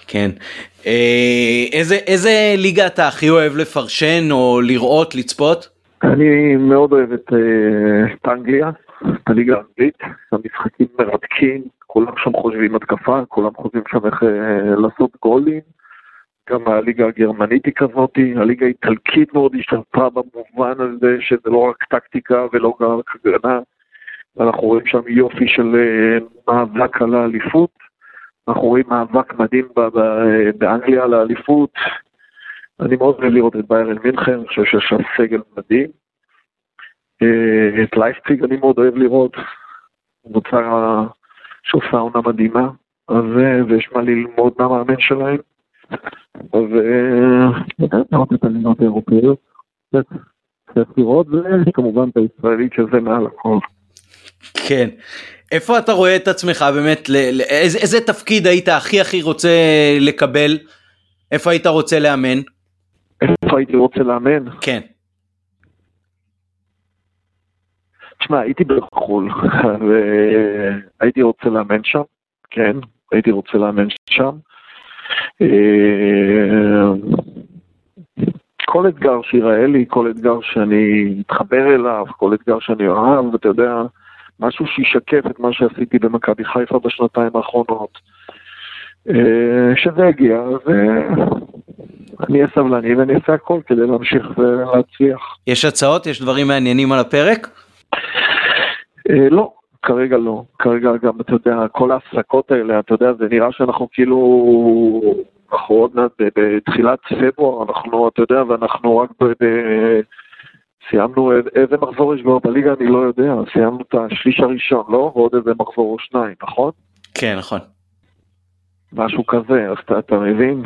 כן. איזה, איזה ליגה אתה הכי אוהב לפרשן או לראות, לצפות? אני מאוד אוהב את, את אנגליה, את הליגה האנגלית, המשחקים מרתקים, כולם שם חושבים התקפה, כולם חושבים שם איך לעשות גולים, גם הליגה הגרמנית היא כזאת, הליגה האיטלקית מאוד השתפרה במובן הזה שזה לא רק טקטיקה ולא רק הגנה, אנחנו רואים שם יופי של מאבק על האליפות, אנחנו רואים מאבק מדהים באנגליה על האליפות, אני מאוד אוהב לראות את ביירן מינכן, אני חושב שיש שם סגל מדהים, את לייפציג אני מאוד אוהב לראות, קבוצה שעושה עונה מדהימה, אז ויש מה ללמוד מהמאמן שלהם, אז לראות את הליגות האירופאיות, צריך לראות, וכמובן את הישראלית שזה מעל הכל. כן. איפה אתה רואה את עצמך באמת, איזה, איזה תפקיד היית הכי הכי רוצה לקבל? איפה היית רוצה לאמן? איפה הייתי רוצה לאמן? כן. תשמע, הייתי בחול, והייתי רוצה לאמן שם, כן, הייתי רוצה לאמן שם. כל אתגר שיראה לי, כל אתגר שאני אתחבר אליו, כל אתגר שאני אוהב, ואתה יודע, משהו שישקף את מה שעשיתי במכבי חיפה בשנתיים האחרונות, שזה הגיע, ואני אהיה סבלני ואני אעשה הכל כדי להמשיך ולהצליח. יש הצעות? יש דברים מעניינים על הפרק? לא, כרגע לא. כרגע גם, אתה יודע, כל ההפסקות האלה, אתה יודע, זה נראה שאנחנו כאילו, אנחנו עוד מעט בתחילת פברואר, אנחנו, אתה יודע, ואנחנו רק ב... סיימנו, איזה מחזור יש כבר בליגה, אני לא יודע, סיימנו את השליש הראשון, לא? ועוד איזה מחזור או שניים, נכון? כן, נכון. משהו כזה, אז אתה, אתה מבין?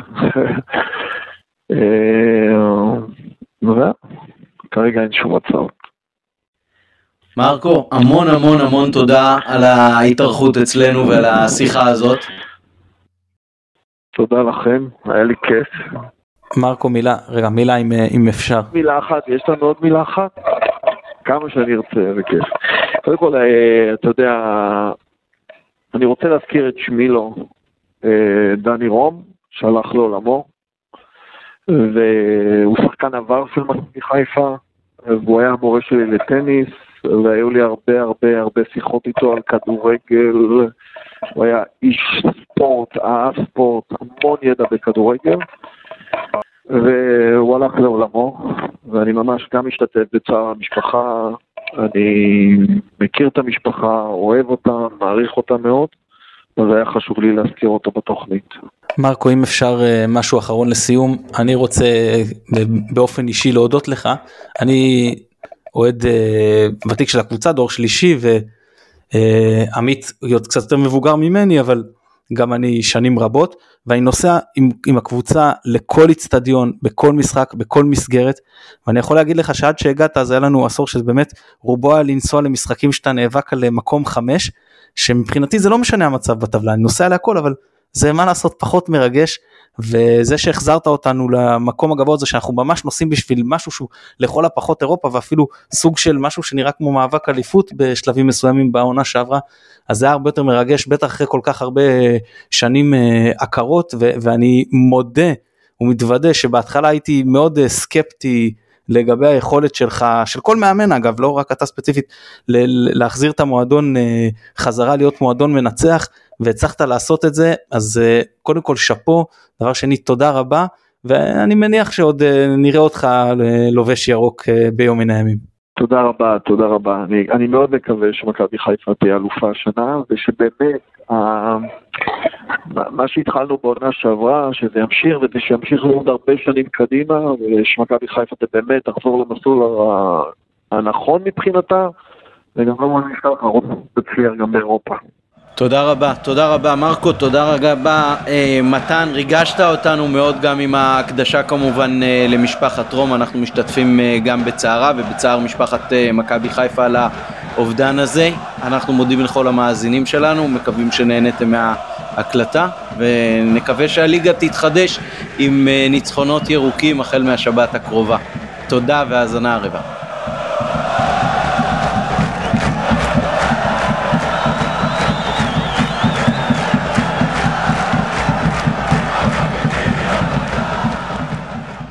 כרגע אין שום הצעות. מרקו, המון המון המון תודה על ההתארחות אצלנו ועל השיחה הזאת. תודה לכם, היה לי כיף. מרקו, מילה, רגע, מילה אם, אם אפשר. מילה אחת, יש לנו עוד מילה אחת? כמה שאני ארצה, זה כיף. קודם כל, אתה יודע, אני רוצה להזכיר את שמילו, דני רום, שהלך לעולמו, והוא שחקן עבר של מכבי חיפה, והוא היה המורה שלי לטניס, והיו לי הרבה הרבה הרבה שיחות איתו על כדורגל, הוא היה איש ספורט, אהב ספורט, המון ידע בכדורגל, והוא הלך לעולמו, ואני ממש גם משתתף בצער המשפחה, אני מכיר את המשפחה, אוהב אותה, מעריך אותה מאוד, וזה היה חשוב לי להזכיר אותו בתוכנית. מרקו, אם אפשר משהו אחרון לסיום, אני רוצה באופן אישי להודות לך, אני אוהד ותיק של הקבוצה, דור שלישי, ועמית קצת יותר מבוגר ממני, אבל גם אני שנים רבות, ואני נוסע עם, עם הקבוצה לכל אצטדיון, בכל משחק, בכל מסגרת, ואני יכול להגיד לך שעד שהגעת, אז היה לנו עשור שזה באמת רובו היה לנסוע למשחקים שאתה נאבק על מקום חמש, שמבחינתי זה לא משנה המצב בטבלה, אני נוסע להכל, אבל זה מה לעשות פחות מרגש, וזה שהחזרת אותנו למקום הגבוה הזה, שאנחנו ממש נוסעים בשביל משהו שהוא לכל הפחות אירופה, ואפילו סוג של משהו שנראה כמו מאבק אליפות בשלבים מסוימים בעונה שעברה, אז זה היה הרבה יותר מרגש, בטח אחרי כל כך הרבה שנים עקרות, ו- ואני מודה ומתוודה שבהתחלה הייתי מאוד סקפטי לגבי היכולת שלך, של כל מאמן אגב, לא רק אתה ספציפית, ל- להחזיר את המועדון חזרה להיות מועדון מנצח, והצלחת לעשות את זה, אז קודם כל שפו, דבר שני תודה רבה, ואני מניח שעוד נראה אותך לובש ירוק ביום מן הימים. תודה רבה, תודה רבה, אני, אני מאוד מקווה שמכבי חיפה תהיה אלופה השנה, ושבאמת, ה... מה שהתחלנו בעונה שעברה, שזה ימשיך, וזה שימשיך לעוד הרבה שנים קדימה, ושמכבי חיפה באמת תחזור למסלול הנכון מבחינתה, וגם לא מה נשכח, הרוב תצליח גם באירופה. תודה רבה, תודה רבה מרקו, תודה רבה אה, מתן, ריגשת אותנו מאוד גם עם ההקדשה כמובן אה, למשפחת רום, אנחנו משתתפים אה, גם בצערה ובצער משפחת אה, מכבי חיפה על האובדן הזה, אנחנו מודים לכל המאזינים שלנו, מקווים שנהנתם מההקלטה ונקווה שהליגה תתחדש עם אה, ניצחונות ירוקים החל מהשבת הקרובה. תודה והאזנה הרבה.